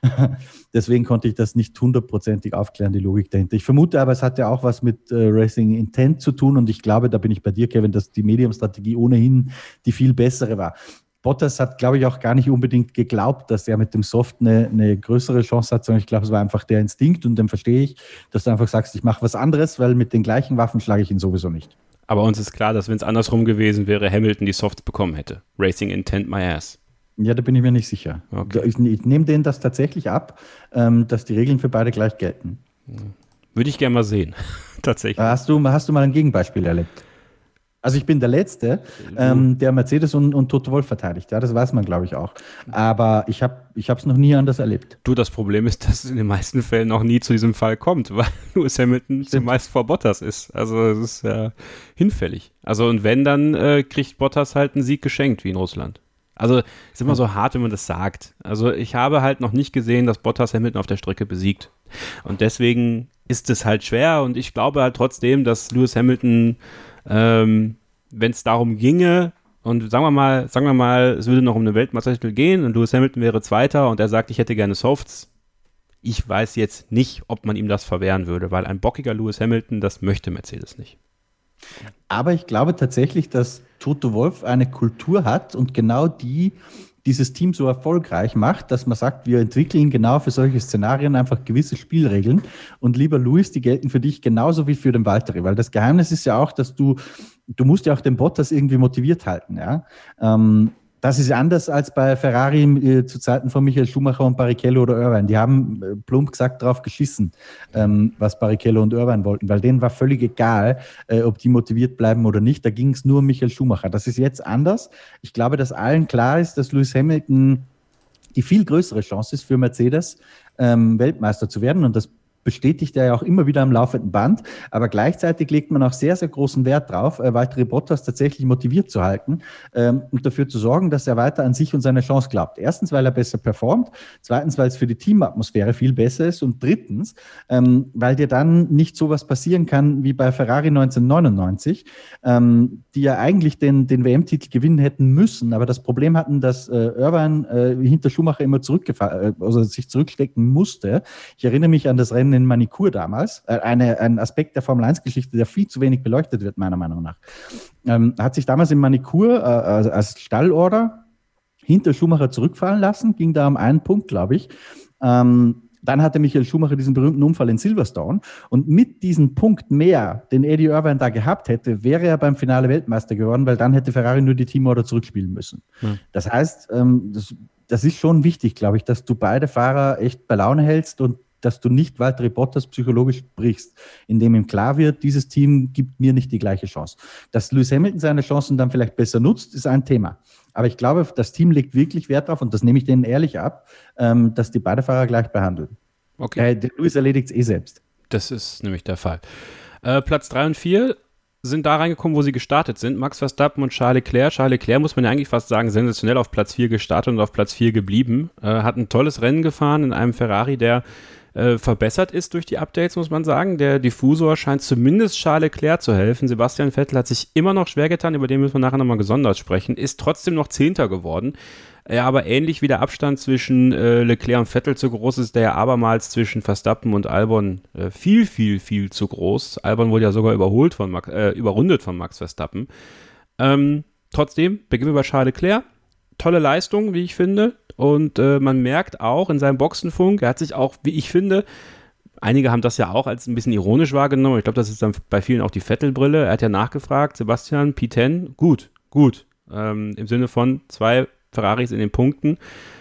Deswegen konnte ich das nicht hundertprozentig aufklären, die Logik dahinter. Ich vermute aber, es hat ja auch was mit äh, Racing Intent zu tun und ich glaube, da bin ich bei dir, Kevin, dass die Medium-Strategie ohnehin die viel bessere war. Bottas hat, glaube ich, auch gar nicht unbedingt geglaubt, dass er mit dem Soft eine, eine größere Chance hat, sondern ich glaube, es war einfach der Instinkt und dann verstehe ich, dass du einfach sagst, ich mache was anderes, weil mit den gleichen Waffen schlage ich ihn sowieso nicht. Aber uns ist klar, dass wenn es andersrum gewesen wäre, Hamilton die Softs bekommen hätte. Racing Intent my ass. Ja, da bin ich mir nicht sicher. Okay. Ich, ich nehme denen das tatsächlich ab, ähm, dass die Regeln für beide gleich gelten. Würde ich gerne mal sehen, tatsächlich. Hast du, hast du mal ein Gegenbeispiel erlebt? Also ich bin der Letzte, ähm, der Mercedes und, und Toto Wolff verteidigt. Ja, das weiß man, glaube ich, auch. Aber ich habe ich es noch nie anders erlebt. Du, das Problem ist, dass es in den meisten Fällen noch nie zu diesem Fall kommt, weil Lewis Hamilton zumeist vor Bottas ist. Also es ist ja äh, hinfällig. Also und wenn, dann äh, kriegt Bottas halt einen Sieg geschenkt, wie in Russland. Also es ist immer so hart, wenn man das sagt. Also ich habe halt noch nicht gesehen, dass Bottas Hamilton auf der Strecke besiegt. Und deswegen ist es halt schwer und ich glaube halt trotzdem, dass Lewis Hamilton, ähm, wenn es darum ginge und sagen wir mal, sagen wir mal, es würde noch um eine Weltmeistertitel gehen und Lewis Hamilton wäre Zweiter und er sagt, ich hätte gerne Softs. Ich weiß jetzt nicht, ob man ihm das verwehren würde, weil ein bockiger Lewis Hamilton, das möchte Mercedes nicht. Aber ich glaube tatsächlich, dass Toto Wolff eine Kultur hat und genau die dieses Team so erfolgreich macht, dass man sagt, wir entwickeln genau für solche Szenarien einfach gewisse Spielregeln und lieber Lewis, die gelten für dich genauso wie für den Valtteri, weil das Geheimnis ist ja auch, dass du, du musst ja auch den Bottas irgendwie motiviert halten, ja. Ähm, Das ist anders als bei Ferrari äh, zu Zeiten von Michael Schumacher und Barrichello oder Irvine. Die haben äh, plump gesagt drauf geschissen, ähm, was Barrichello und Irvine wollten, weil denen war völlig egal, äh, ob die motiviert bleiben oder nicht. Da ging es nur um Michael Schumacher. Das ist jetzt anders. Ich glaube, dass allen klar ist, dass Lewis Hamilton die viel größere Chance ist für Mercedes, ähm, Weltmeister zu werden. Und das bestätigt er ja auch immer wieder am laufenden Band. Aber gleichzeitig legt man auch sehr, sehr großen Wert drauf, äh, Valtteri Bottas tatsächlich motiviert zu halten ähm, und dafür zu sorgen, dass er weiter an sich und seine Chance glaubt. Erstens, weil er besser performt. Zweitens, weil es für die Teamatmosphäre viel besser ist. Und drittens, ähm, weil dir dann nicht sowas passieren kann wie bei Ferrari neunzehnhundertneunundneunzig, ähm, die ja eigentlich den, den W M-Titel gewinnen hätten müssen, aber das Problem hatten, dass äh, Irvine äh, hinter Schumacher immer zurückgefahren, äh, also sich zurückstecken musste. Ich erinnere mich an das Rennen in Manicur damals, äh, eine, ein Aspekt der Formel eins Geschichte, der viel zu wenig beleuchtet wird, meiner Meinung nach. Ähm, hat sich damals in Manicur äh, als Stallorder hinter Schumacher zurückfallen lassen, ging da um einen Punkt, glaube ich. Ähm, Dann hatte Michael Schumacher diesen berühmten Unfall in Silverstone. Und mit diesem Punkt mehr, den Eddie Irvine da gehabt hätte, wäre er beim Finale Weltmeister geworden, weil dann hätte Ferrari nur die Teamorder zurückspielen müssen. Hm. Das heißt, ähm, das, das ist schon wichtig, glaube ich, dass du beide Fahrer echt bei Laune hältst und dass du nicht Valtteri Bottas psychologisch brichst, indem ihm klar wird, dieses Team gibt mir nicht die gleiche Chance. Dass Lewis Hamilton seine Chancen dann vielleicht besser nutzt, ist ein Thema. Aber ich glaube, das Team legt wirklich Wert darauf, und das nehme ich denen ehrlich ab, ähm, dass die beide Fahrer gleich behandeln. Okay. Äh, der Lewis erledigt es eh selbst. Das ist nämlich der Fall. Äh, Platz drei und vier sind da reingekommen, wo sie gestartet sind. Max Verstappen und Charles Leclerc. Charles Leclerc, muss man ja eigentlich fast sagen, sensationell auf Platz vier gestartet und auf Platz vier geblieben. Äh, hat ein tolles Rennen gefahren in einem Ferrari, der äh, verbessert ist durch die Updates, muss man sagen. Der Diffusor scheint zumindest Charles Leclerc zu helfen. Sebastian Vettel hat sich immer noch schwer getan, über den müssen wir nachher nochmal gesondert sprechen, ist trotzdem noch Zehnter geworden. Ja, aber ähnlich wie der Abstand zwischen äh, Leclerc und Vettel zu groß ist, der ja abermals zwischen Verstappen und Albon äh, viel, viel, viel zu groß. Albon wurde ja sogar überholt von Max, äh, überrundet von Max Verstappen. Ähm, trotzdem, beginnen wir bei Charles Leclerc. Tolle Leistung, wie ich finde. Und äh, man merkt auch in seinem Boxenfunk, er hat sich auch, wie ich finde, einige haben das ja auch als ein bisschen ironisch wahrgenommen. Ich glaube, das ist dann bei vielen auch die Vettel-Brille. Er hat ja nachgefragt, Sebastian, P zehn, gut, gut. Ähm, im Sinne von zwei Ferraris in den Punkten.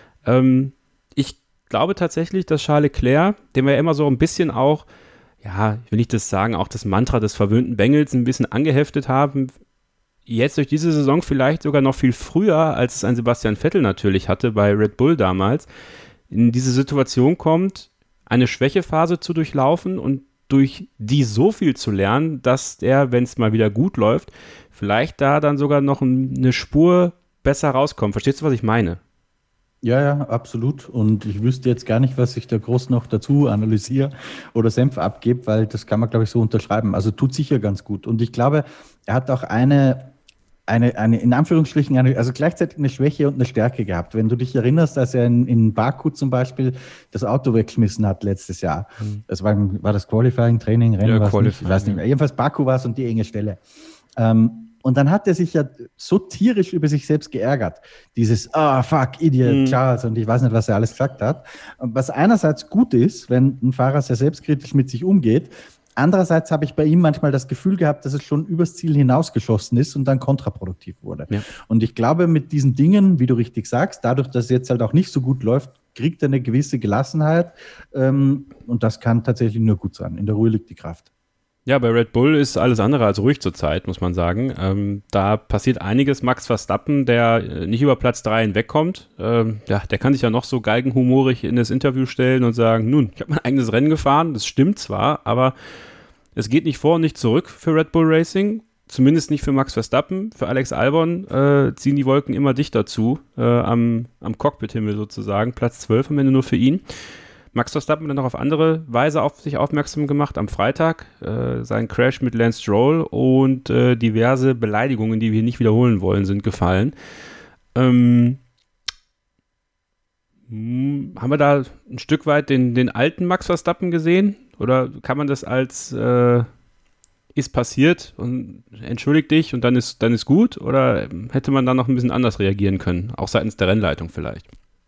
Ähm, ich glaube tatsächlich, dass Charles Leclerc, dem wir ja immer so ein bisschen auch, ja, will ich das sagen, auch das Mantra des verwöhnten Bengels ein bisschen angeheftet haben, jetzt durch diese Saison vielleicht sogar noch viel früher, als es ein Sebastian Vettel natürlich hatte bei Red Bull damals, in diese Situation kommt, eine Schwächephase zu durchlaufen und durch die so viel zu lernen, dass der, wenn es mal wieder gut läuft, vielleicht da dann sogar noch eine Spur besser rauskommt. Verstehst du, was ich meine? Ja, ja, absolut. Und ich wüsste jetzt gar nicht, was ich da groß noch dazu analysiere oder Senf abgebe, weil das kann man, glaube ich, so unterschreiben. Also tut sicher ganz gut. Und ich glaube, er hat auch eine, eine, eine in Anführungsstrichen, eine, also gleichzeitig eine Schwäche und eine Stärke gehabt. Wenn du dich erinnerst, als er in, in Baku zum Beispiel das Auto weggeschmissen hat letztes Jahr. Mhm. Das war, war das Qualifying, Training, Rennen? Ja, Qualifying, nicht, ich weiß nicht mehr. Jedenfalls Baku war es und die enge Stelle. Ähm, Und dann hat er sich ja so tierisch über sich selbst geärgert. Dieses, ah, oh, fuck, Idiot, mhm. Charles, und ich weiß nicht, was er alles gesagt hat. Was einerseits gut ist, wenn ein Fahrer sehr selbstkritisch mit sich umgeht. Andererseits habe ich bei ihm manchmal das Gefühl gehabt, dass es schon übers Ziel hinausgeschossen ist und dann kontraproduktiv wurde. Ja. Und ich glaube, mit diesen Dingen, wie du richtig sagst, dadurch, dass es jetzt halt auch nicht so gut läuft, kriegt er eine gewisse Gelassenheit. Ähm, und das kann tatsächlich nur gut sein. In der Ruhe liegt die Kraft. Ja, bei Red Bull ist alles andere als ruhig zurzeit, muss man sagen. Ähm, da passiert einiges. Max Verstappen, der nicht über Platz drei hinwegkommt, ähm, ja, der kann sich ja noch so galgenhumorig in das Interview stellen und sagen, nun, ich habe mein eigenes Rennen gefahren, das stimmt zwar, aber es geht nicht vor und nicht zurück für Red Bull Racing, zumindest nicht für Max Verstappen. Für Alex Albon äh, ziehen die Wolken immer dichter zu, äh, am, am Cockpit-Himmel sozusagen. Platz zwölf am Ende nur für ihn. Max Verstappen hat dann noch auf andere Weise auf sich aufmerksam gemacht am Freitag, äh, sein Crash mit Lance Stroll und äh, diverse Beleidigungen, die wir nicht wiederholen wollen, sind gefallen. Ähm, mh, haben wir da ein Stück weit den, den alten Max Verstappen gesehen? Oder kann man das als äh, ist passiert und entschuldigt dich und dann ist, dann ist gut? Oder hätte man da noch ein bisschen anders reagieren können, auch seitens der Rennleitung vielleicht?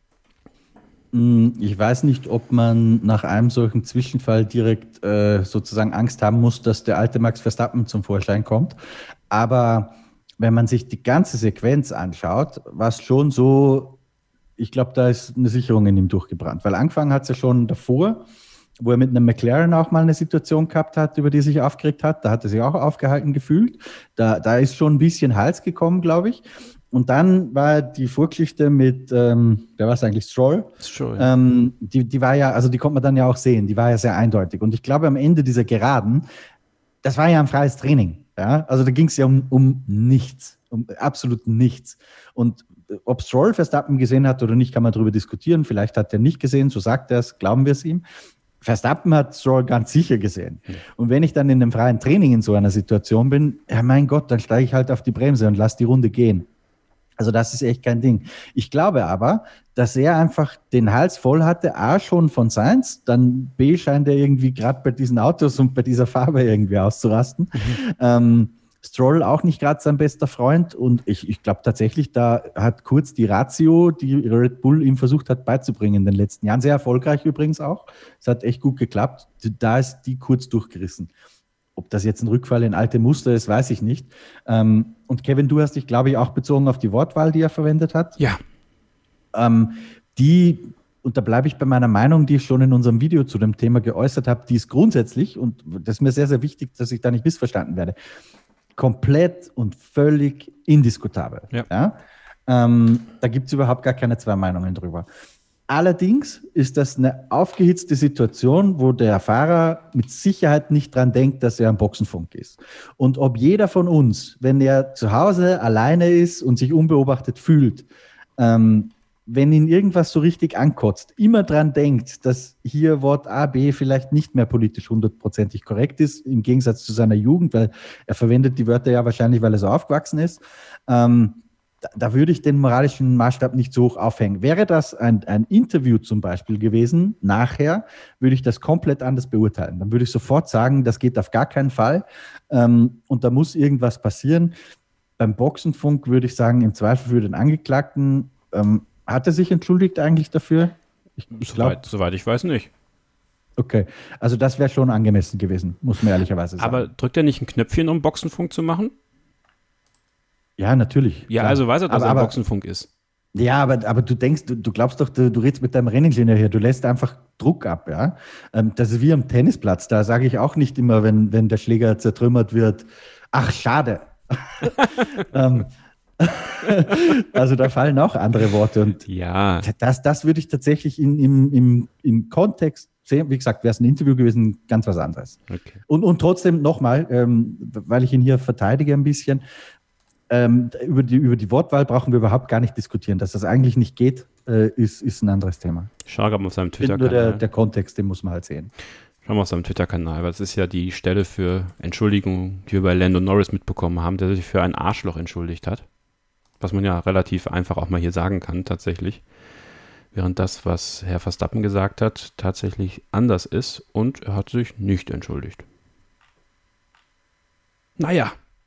Ich weiß nicht, ob man nach einem solchen Zwischenfall direkt äh, sozusagen Angst haben muss, dass der alte Max Verstappen zum Vorschein kommt. Aber wenn man sich die ganze Sequenz anschaut, war es schon so, ich glaube, da ist eine Sicherung in ihm durchgebrannt. Weil angefangen hat es ja schon davor, wo er mit einem McLaren auch mal eine Situation gehabt hat, über die er sich aufgeregt hat. Da hat er sich auch aufgehalten gefühlt. Da, da ist schon ein bisschen Hals gekommen, glaube ich. und dann war die Vorgeschichte mit, ähm, wer war es eigentlich, Stroll? Stroll. Ja. Ähm, die, die war ja, also die konnte man dann ja auch sehen, die war ja sehr eindeutig. Und ich glaube, am Ende dieser Geraden, das war ja ein freies Training. Ja? Also da ging es ja um, um nichts, um absolut nichts. Und ob Stroll Verstappen gesehen hat oder nicht, kann man darüber diskutieren. Vielleicht hat er nicht gesehen, so sagt er es, glauben wir es ihm. Verstappen hat Stroll ganz sicher gesehen. Ja. Und wenn ich dann in einem freien Training in so einer Situation bin, ja mein Gott, dann steige ich halt auf die Bremse und lasse die Runde gehen. Also das ist echt kein Ding. Ich glaube aber, dass er einfach den Hals voll hatte, A, schon von Sainz, dann B, scheint er irgendwie gerade bei diesen Autos und bei dieser Farbe irgendwie auszurasten. Mhm. Ähm, Stroll auch nicht gerade sein bester Freund und ich, ich glaube tatsächlich, da hat Kurz die Ratio, die Red Bull ihm versucht hat beizubringen in den letzten Jahren, sehr erfolgreich übrigens auch, es hat echt gut geklappt, da ist die Kurz durchgerissen. Ob das jetzt ein Rückfall in alte Muster ist, weiß ich nicht. Ähm, und Kevin, du hast dich, glaube ich, auch bezogen auf die Wortwahl, die er verwendet hat. Ja. Ähm, die, und da bleibe ich bei meiner Meinung, die ich schon in unserem Video zu dem Thema geäußert habe, die ist grundsätzlich, und das ist mir sehr, sehr wichtig, dass ich da nicht missverstanden werde, komplett und völlig indiskutabel. Ja. Ja? Ähm, da gibt es überhaupt gar keine zwei Meinungen drüber. Allerdings ist das eine aufgehitzte Situation, wo der Fahrer mit Sicherheit nicht dran denkt, dass er am Boxenfunk ist. Und ob jeder von uns, wenn er zu Hause alleine ist und sich unbeobachtet fühlt, ähm, wenn ihn irgendwas so richtig ankotzt, immer dran denkt, dass hier Wort A, B vielleicht nicht mehr politisch hundertprozentig korrekt ist, im Gegensatz zu seiner Jugend, weil er verwendet die Wörter ja wahrscheinlich, weil er so aufgewachsen ist, ähm, da, da würde ich den moralischen Maßstab nicht so hoch aufhängen. Wäre das ein, ein Interview zum Beispiel gewesen, nachher, würde ich das komplett anders beurteilen. Dann würde ich sofort sagen, das geht auf gar keinen Fall ähm, und da muss irgendwas passieren. Beim Boxenfunk würde ich sagen, im Zweifel für den Angeklagten, ähm, hat er sich entschuldigt eigentlich dafür? Ich glaub, soweit, soweit ich weiß nicht. Okay, also das wäre schon angemessen gewesen, muss man ehrlicherweise sagen. Aber drückt er nicht ein Knöpfchen, um Boxenfunk zu machen? Ja, Ja, natürlich. Klar. Also weiß er, dass aber, er aber, Boxenfunk ist. Ja, aber, aber du denkst, du, du glaubst doch, du, du redest mit deinem Renningenieur hier, du lässt einfach Druck ab, ja. Das ist wie am Tennisplatz, da sage ich auch nicht immer, wenn, wenn der Schläger zertrümmert wird, ach, schade. ähm, also da fallen auch andere Worte und ja. das, das würde ich tatsächlich in, im, im, im Kontext sehen. Wie gesagt, wäre es ein Interview gewesen, ganz was anderes. Okay. Und, und trotzdem nochmal, ähm, weil ich ihn hier verteidige ein bisschen, ähm, über, die, über die Wortwahl brauchen wir überhaupt gar nicht diskutieren. Dass das eigentlich nicht geht, äh, ist, ist ein anderes Thema. Schau mal auf seinem Twitter-Kanal. Nur der, der Kontext, den muss man halt sehen. Schau mal auf seinem Twitter-Kanal, weil es ist ja die Stelle für Entschuldigung, die wir bei Lando Norris mitbekommen haben, der sich für ein Arschloch entschuldigt hat. Was man ja relativ einfach auch mal hier sagen kann, tatsächlich. Während das, was Herr Verstappen gesagt hat, tatsächlich anders ist und er hat sich nicht entschuldigt. Naja.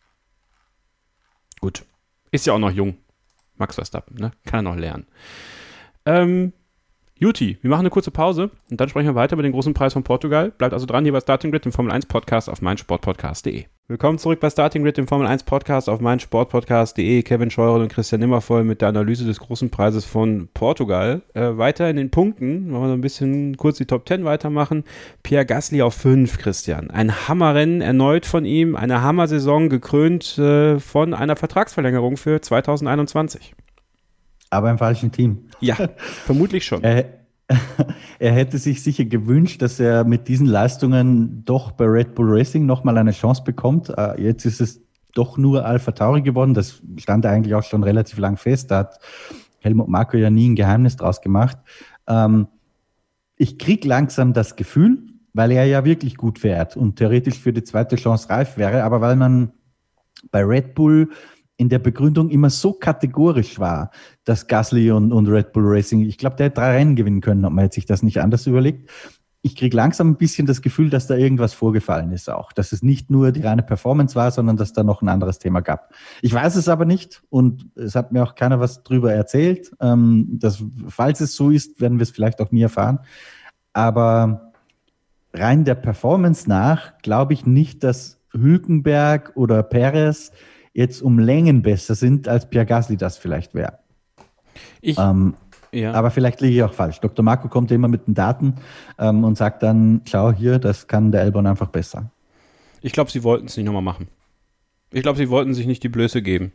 Gut. Ist ja auch noch jung. Max Verstappen, ne? Kann er noch lernen. Ähm, Juti, wir machen eine kurze Pause und dann sprechen wir weiter über den großen Preis von Portugal. Bleibt also dran hier bei Starting Grid, dem Formel eins Podcast auf meinsportpodcast punkt de. Willkommen zurück bei Starting Grid, dem Formel eins Podcast auf meinsportpodcast punkt de. Kevin Scheuren und Christian Nimmervoll mit der Analyse des großen Preises von Portugal. Äh, weiter in den Punkten, wollen wir noch ein bisschen kurz die Top zehn weitermachen. Pierre Gasly auf fünf, Christian. Ein Hammerrennen erneut von ihm, eine Hammersaison gekrönt äh, von einer Vertragsverlängerung für zwanzig einundzwanzig. Aber im falschen Team. Ja, vermutlich schon. Er, er hätte sich sicher gewünscht, dass er mit diesen Leistungen doch bei Red Bull Racing nochmal eine Chance bekommt. Jetzt ist es doch nur AlphaTauri geworden. Das stand eigentlich auch schon relativ lang fest. Da hat Helmut Marko ja nie ein Geheimnis draus gemacht. Ich kriege langsam das Gefühl, weil er ja wirklich gut fährt und theoretisch für die zweite Chance reif wäre, aber weil man bei Red Bull in der Begründung immer so kategorisch war, dass Gasly und, und Red Bull Racing, ich glaube, der hätte drei Rennen gewinnen können, ob man jetzt sich das nicht anders überlegt. Ich kriege langsam ein bisschen das Gefühl, dass da irgendwas vorgefallen ist auch, dass es nicht nur die reine Performance war, sondern dass da noch ein anderes Thema gab. Ich weiß es aber nicht und es hat mir auch keiner was drüber erzählt. Ähm, dass, falls es so ist, werden wir es vielleicht auch nie erfahren. Aber rein der Performance nach glaube ich nicht, dass Hülkenberg oder Perez jetzt um Längen besser sind, als Pierre Gasly das vielleicht wäre. Ich, ähm, ja. Aber vielleicht liege ich auch falsch. Doktor Marko kommt immer mit den Daten ähm, und sagt dann, schau hier, das kann der Albon einfach besser. Ich glaube, sie wollten es nicht nochmal machen. Ich glaube, sie wollten sich nicht die Blöße geben.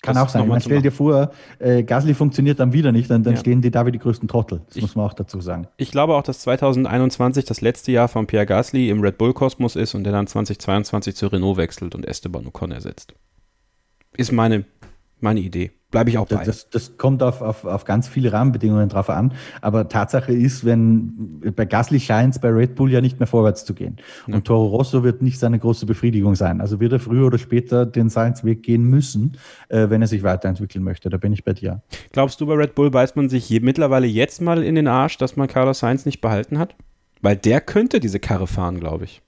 Kann auch sein. Man stell dir vor, äh, Gasly funktioniert dann wieder nicht, dann, dann ja. stehen die da wie die größten Trottel. Das ich, muss man auch dazu sagen. Ich glaube auch, dass zwanzig einundzwanzig das letzte Jahr von Pierre Gasly im Red Bull-Kosmos ist und der dann zwanzig zweiundzwanzig zu Renault wechselt und Esteban Ocon ersetzt. Ist meine, meine Idee. Bleibe ich auch bei. Das, das kommt auf, auf, auf ganz viele Rahmenbedingungen drauf an. Aber Tatsache ist, wenn bei Gasly scheint es bei Red Bull ja nicht mehr vorwärts zu gehen. Ja. Und Toro Rosso wird nicht seine große Befriedigung sein. Also wird er früher oder später den Sainz-Weg gehen müssen, äh, wenn er sich weiterentwickeln möchte. Da bin ich bei dir. Glaubst du, bei Red Bull beißt man sich je, mittlerweile jetzt mal in den Arsch, dass man Carlos Sainz nicht behalten hat? Weil der könnte diese Karre fahren, glaube ich.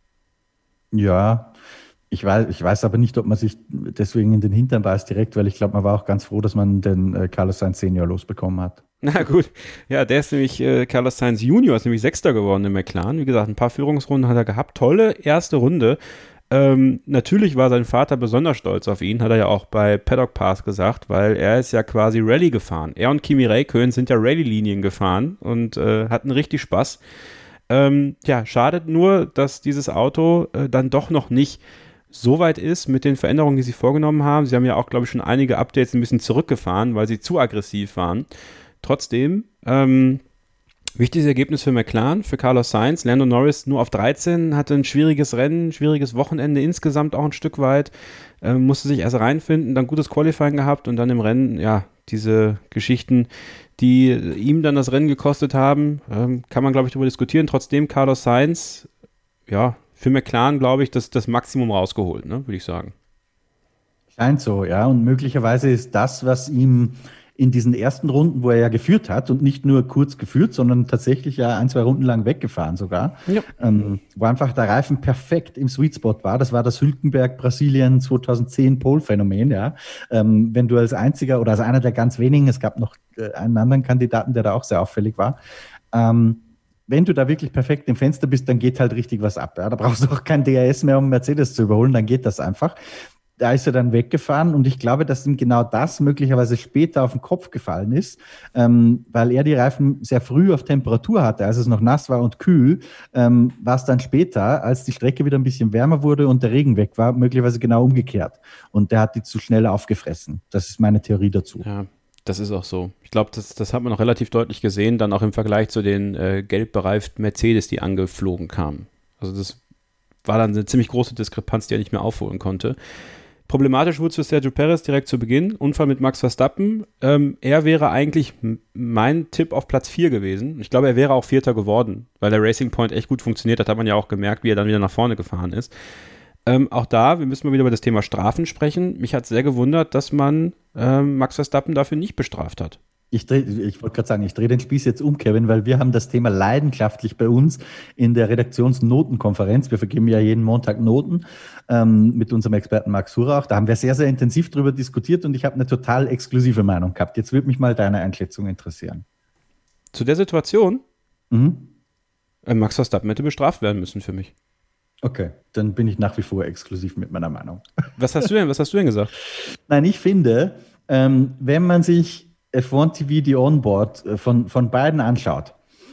Ja, Ich weiß, ich weiß aber nicht, ob man sich deswegen in den Hintern beißt direkt, weil ich glaube, man war auch ganz froh, dass man den äh, Carlos Sainz Senior losbekommen hat. Na gut, ja, der ist nämlich, äh, Carlos Sainz Junior ist nämlich Sechster geworden im McLaren. Wie gesagt, ein paar Führungsrunden hat er gehabt. Tolle erste Runde. Ähm, natürlich war sein Vater besonders stolz auf ihn, hat er ja auch bei Paddock Pass gesagt, weil er ist ja quasi Rallye gefahren. Er und Kimi Räikkönen sind ja Rallye-Linien gefahren und äh, hatten richtig Spaß. Ähm, ja, schadet nur, dass dieses Auto äh, dann doch noch nicht so weit ist mit den Veränderungen, die sie vorgenommen haben. Sie haben ja auch, glaube ich, schon einige Updates ein bisschen zurückgefahren, weil sie zu aggressiv waren. Trotzdem, ähm, wichtiges Ergebnis für McLaren, für Carlos Sainz. Lando Norris nur auf dreizehn, hatte ein schwieriges Rennen, schwieriges Wochenende insgesamt auch ein Stück weit, äh, musste sich erst reinfinden, dann gutes Qualifying gehabt und dann im Rennen, ja, diese Geschichten, die ihm dann das Rennen gekostet haben, ähm, kann man, glaube ich, darüber diskutieren. Trotzdem, Carlos Sainz, ja, für McLaren, glaube ich, das, das Maximum rausgeholt, ne, würde ich sagen. Scheint so, ja. Und möglicherweise ist das, was ihm in diesen ersten Runden, wo er ja geführt hat und nicht nur kurz geführt, sondern tatsächlich ja ein, zwei Runden lang weggefahren sogar, ja. ähm, wo einfach der Reifen perfekt im Sweet Spot war. Das war das Hülkenberg Brasilien zweitausendzehn Pole-Phänomen, ja. Ähm, wenn du als einziger oder als einer der ganz wenigen, es gab noch äh, einen anderen Kandidaten, der da auch sehr auffällig war, ähm, wenn du da wirklich perfekt im Fenster bist, dann geht halt richtig was ab. Ja? Da brauchst du auch kein D R S mehr, um Mercedes zu überholen, dann geht das einfach. Da ist er dann weggefahren und ich glaube, dass ihm genau das möglicherweise später auf den Kopf gefallen ist, ähm, weil er die Reifen sehr früh auf Temperatur hatte, als es noch nass war und kühl, ähm, war es dann später, als die Strecke wieder ein bisschen wärmer wurde und der Regen weg war, möglicherweise genau umgekehrt. Und der hat die zu schnell aufgefressen. Das ist meine Theorie dazu. Ja. Das ist auch so. Ich glaube, das, das hat man noch relativ deutlich gesehen, dann auch im Vergleich zu den äh, gelb bereiften Mercedes, die angeflogen kamen. Also das war dann eine ziemlich große Diskrepanz, die er nicht mehr aufholen konnte. Problematisch wurde es für Sergio Perez direkt zu Beginn. Unfall mit Max Verstappen. Ähm, er wäre eigentlich m- mein Tipp auf Platz vier gewesen. Ich glaube, er wäre auch Vierter geworden, weil der Racing Point echt gut funktioniert hat. Hat man ja auch gemerkt, wie er dann wieder nach vorne gefahren ist. Ähm, auch da, wir müssen mal wieder über das Thema Strafen sprechen. Mich hat sehr gewundert, dass man ähm, Max Verstappen dafür nicht bestraft hat. Ich, dreh, ich wollte gerade sagen, ich drehe den Spieß jetzt um, Kevin, weil wir haben das Thema leidenschaftlich bei uns in der Redaktionsnotenkonferenz. Wir vergeben ja jeden Montag Noten ähm, mit unserem Experten Max Surach. Da haben wir sehr, sehr intensiv drüber diskutiert und ich habe eine total exklusive Meinung gehabt. Jetzt würde mich mal deine Einschätzung interessieren. Zu der Situation? Mhm. Äh, Max Verstappen hätte bestraft werden müssen für mich. Okay, dann bin ich nach wie vor exklusiv mit meiner Meinung. Was hast du denn, was hast du denn gesagt? Nein, ich finde, ähm, wenn man sich F eins T V die Onboard von, von beiden anschaut,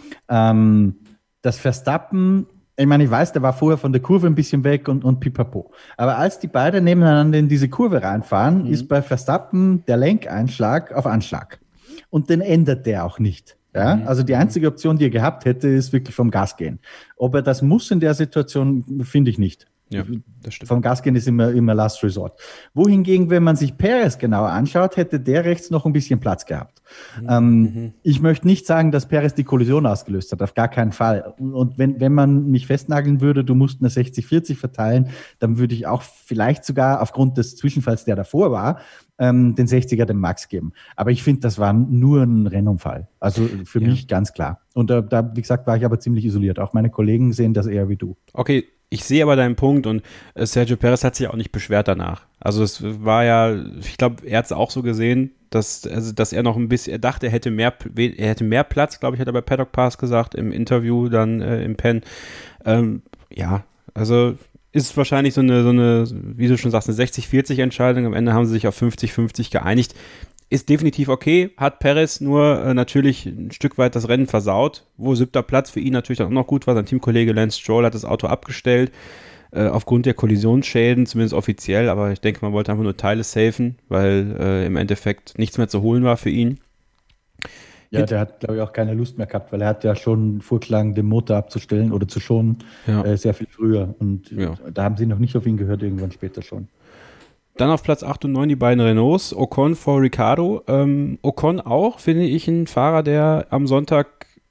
ähm, das Verstappen, ich meine, ich weiß, der war vorher von der Kurve ein bisschen weg und, und pipapo. Aber als die beiden nebeneinander in diese Kurve reinfahren, mhm. ist bei Verstappen der Lenkeinschlag auf Anschlag. Und den ändert der auch nicht. Ja, also die einzige Option, die er gehabt hätte, ist wirklich vom Gas gehen. Ob er das muss in der Situation, finde ich nicht. Ja, das stimmt. Vom Gas gehen ist immer, immer Last Resort. Wohingegen, wenn man sich Perez genauer anschaut, hätte der rechts noch ein bisschen Platz gehabt. Mhm. Ähm, mhm. Ich möchte nicht sagen, dass Perez die Kollision ausgelöst hat, auf gar keinen Fall. Und wenn, wenn man mich festnageln würde, du musst eine sechzig vierzig verteilen, dann würde ich auch vielleicht sogar aufgrund des Zwischenfalls, der davor war, ähm, den sechziger dem Max geben. Aber ich finde, das war nur ein Rennunfall. Also für ja. mich ganz klar. Und äh, da, wie gesagt, war ich aber ziemlich isoliert. Auch meine Kollegen sehen das eher wie du. Okay, ich sehe aber deinen Punkt und äh, Sergio Perez hat sich auch nicht beschwert danach. Also es war ja, ich glaube, er hat es auch so gesehen, dass, also, dass er noch ein bisschen, er dachte, er hätte mehr, er hätte mehr Platz, glaube ich, hat er bei Paddock Pass gesagt, im Interview dann äh, im Pen. Ähm, ja, also ist wahrscheinlich so eine, so eine, wie du schon sagst, eine sechzig vierzig Entscheidung. Am Ende haben sie sich auf fünfzig fünfzig geeinigt. Ist definitiv okay, hat Perez nur äh, natürlich ein Stück weit das Rennen versaut, wo siebter Platz für ihn natürlich dann auch noch gut war. Sein Teamkollege Lance Stroll hat das Auto abgestellt. äh, aufgrund der Kollisionsschäden, zumindest offiziell, aber ich denke, man wollte einfach nur Teile safen, weil äh, im Endeffekt nichts mehr zu holen war für ihn. Ja, der hat, glaube ich, auch keine Lust mehr gehabt, weil er hat ja schon vorgeschlagen, den Motor abzustellen oder zu schonen, ja. äh, sehr viel früher. Und ja. da haben sie noch nicht auf ihn gehört, irgendwann später schon. Dann auf Platz acht und neun die beiden Renaults, Ocon vor Ricciardo. Ähm, Ocon auch, finde ich, ein Fahrer, der am Sonntag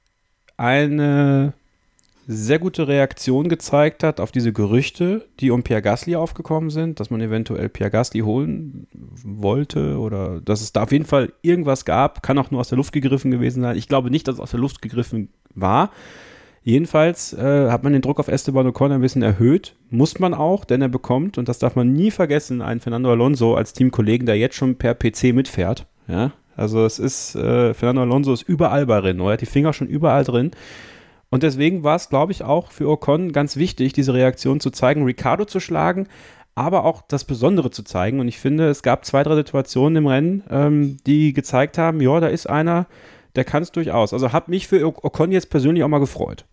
eine sehr gute Reaktion gezeigt hat auf diese Gerüchte, die um Pierre Gasly aufgekommen sind, dass man eventuell Pierre Gasly holen wollte oder dass es da auf jeden Fall irgendwas gab, kann auch nur aus der Luft gegriffen gewesen sein. Ich glaube nicht, dass es aus der Luft gegriffen war. Jedenfalls äh, hat man den Druck auf Esteban Ocon ein bisschen erhöht, muss man auch, denn er bekommt, und das darf man nie vergessen, einen Fernando Alonso als Teamkollegen, der jetzt schon per P C mitfährt. Ja? Also es ist, äh, Fernando Alonso ist überall bei Renault, er hat die Finger schon überall drin. Und deswegen war es, glaube ich, auch für Ocon ganz wichtig, diese Reaktion zu zeigen, Ricciardo zu schlagen, aber auch das Besondere zu zeigen. Und ich finde, es gab zwei, drei Situationen im Rennen, ähm, die gezeigt haben, ja, da ist einer, der kann es durchaus. Also hat mich für Ocon jetzt persönlich auch mal gefreut.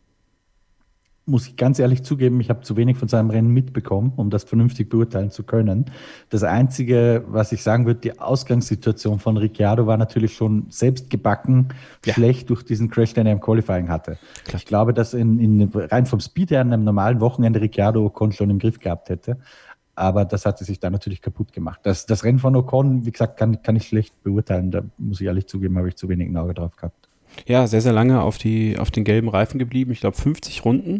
Muss ich ganz ehrlich zugeben, ich habe zu wenig von seinem Rennen mitbekommen, um das vernünftig beurteilen zu können. Das Einzige, was ich sagen würde, die Ausgangssituation von Ricciardo war natürlich schon selbst gebacken, ja. schlecht durch diesen Crash, den er im Qualifying hatte. Klar. Ich glaube, dass in, in, rein vom Speed her an einem normalen Wochenende Ricciardo Ocon schon im Griff gehabt hätte. Aber das hatte sich da natürlich kaputt gemacht. Das, das Rennen von Ocon, wie gesagt, kann, kann ich schlecht beurteilen. Da muss ich ehrlich zugeben, habe ich zu wenig ein Auge drauf gehabt. Ja, sehr, sehr lange auf, die, auf den gelben Reifen geblieben. Ich glaube, fünfzig Runden.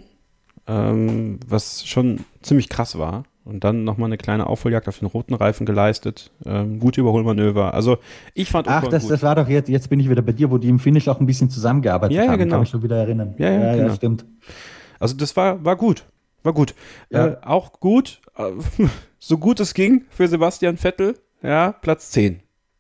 Ähm, was schon ziemlich krass war. Und dann nochmal eine kleine Aufholjagd auf den roten Reifen geleistet. Ähm, gute Überholmanöver. Also ich fand Ach, das, das war doch jetzt, jetzt bin ich wieder bei dir, wo die im Finish auch ein bisschen zusammengearbeitet ja, ja, haben. Genau. Kann mich schon wieder erinnern. Ja, ja, ja, genau. ja stimmt. Also das war, war gut. War gut. Ja. Äh, auch gut, äh, so gut es ging für Sebastian Vettel. Ja, Platz zehn.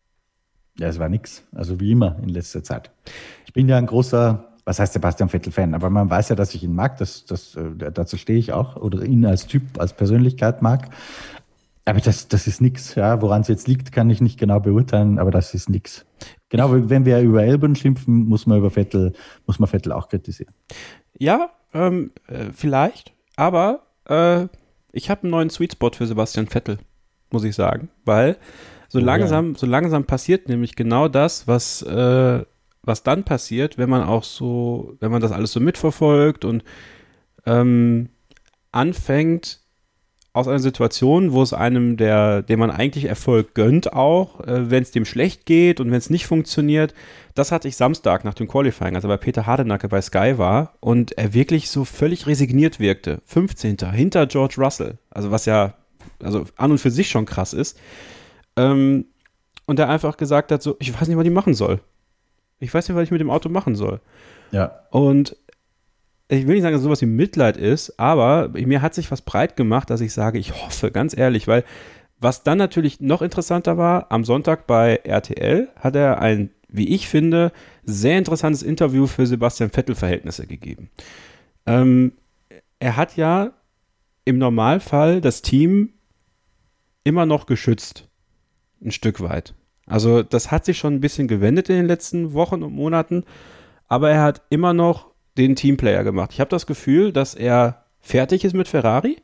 Ja, es war nix. Also wie immer in letzter Zeit. Ich bin ja ein großer... Was heißt Sebastian Vettel-Fan? Aber man weiß ja, dass ich ihn mag, das, das, äh, dazu stehe ich auch, oder ihn als Typ, als Persönlichkeit mag. Aber das, das ist nichts. Ja. Woran es jetzt liegt, kann ich nicht genau beurteilen, aber das ist nichts. Genau, wenn wir über Albon schimpfen, muss man über Vettel, muss man Vettel auch kritisieren. Ja, ähm, äh, vielleicht, aber äh, ich habe einen neuen Sweet Spot für Sebastian Vettel, muss ich sagen, weil so oh, langsam, ja. so langsam passiert nämlich genau das, was äh, was dann passiert, wenn man auch so, wenn man das alles so mitverfolgt und ähm, anfängt aus einer Situation, wo es einem, der, dem man eigentlich Erfolg gönnt auch, äh, wenn es dem schlecht geht und wenn es nicht funktioniert, das hatte ich Samstag nach dem Qualifying, als er bei Peter Hardenacke bei Sky war und er wirklich so völlig resigniert wirkte. fünfzehnter hinter George Russell, also was ja also an und für sich schon krass ist. Ähm, und er einfach gesagt hat so, ich weiß nicht, was ich machen soll. Ich weiß nicht, was ich mit dem Auto machen soll. Ja. Und ich will nicht sagen, dass sowas wie Mitleid ist, aber mir hat sich was breit gemacht, dass ich sage, ich hoffe, ganz ehrlich, weil was dann natürlich noch interessanter war, am Sonntag bei R T L hat er ein, wie ich finde, sehr interessantes Interview für Sebastian Vettel-Verhältnisse gegeben. Ähm, er hat ja im Normalfall das Team immer noch geschützt, ein Stück weit. Also das hat sich schon ein bisschen gewendet in den letzten Wochen und Monaten, aber er hat immer noch den Teamplayer gemacht. Ich habe das Gefühl, dass er fertig ist mit Ferrari,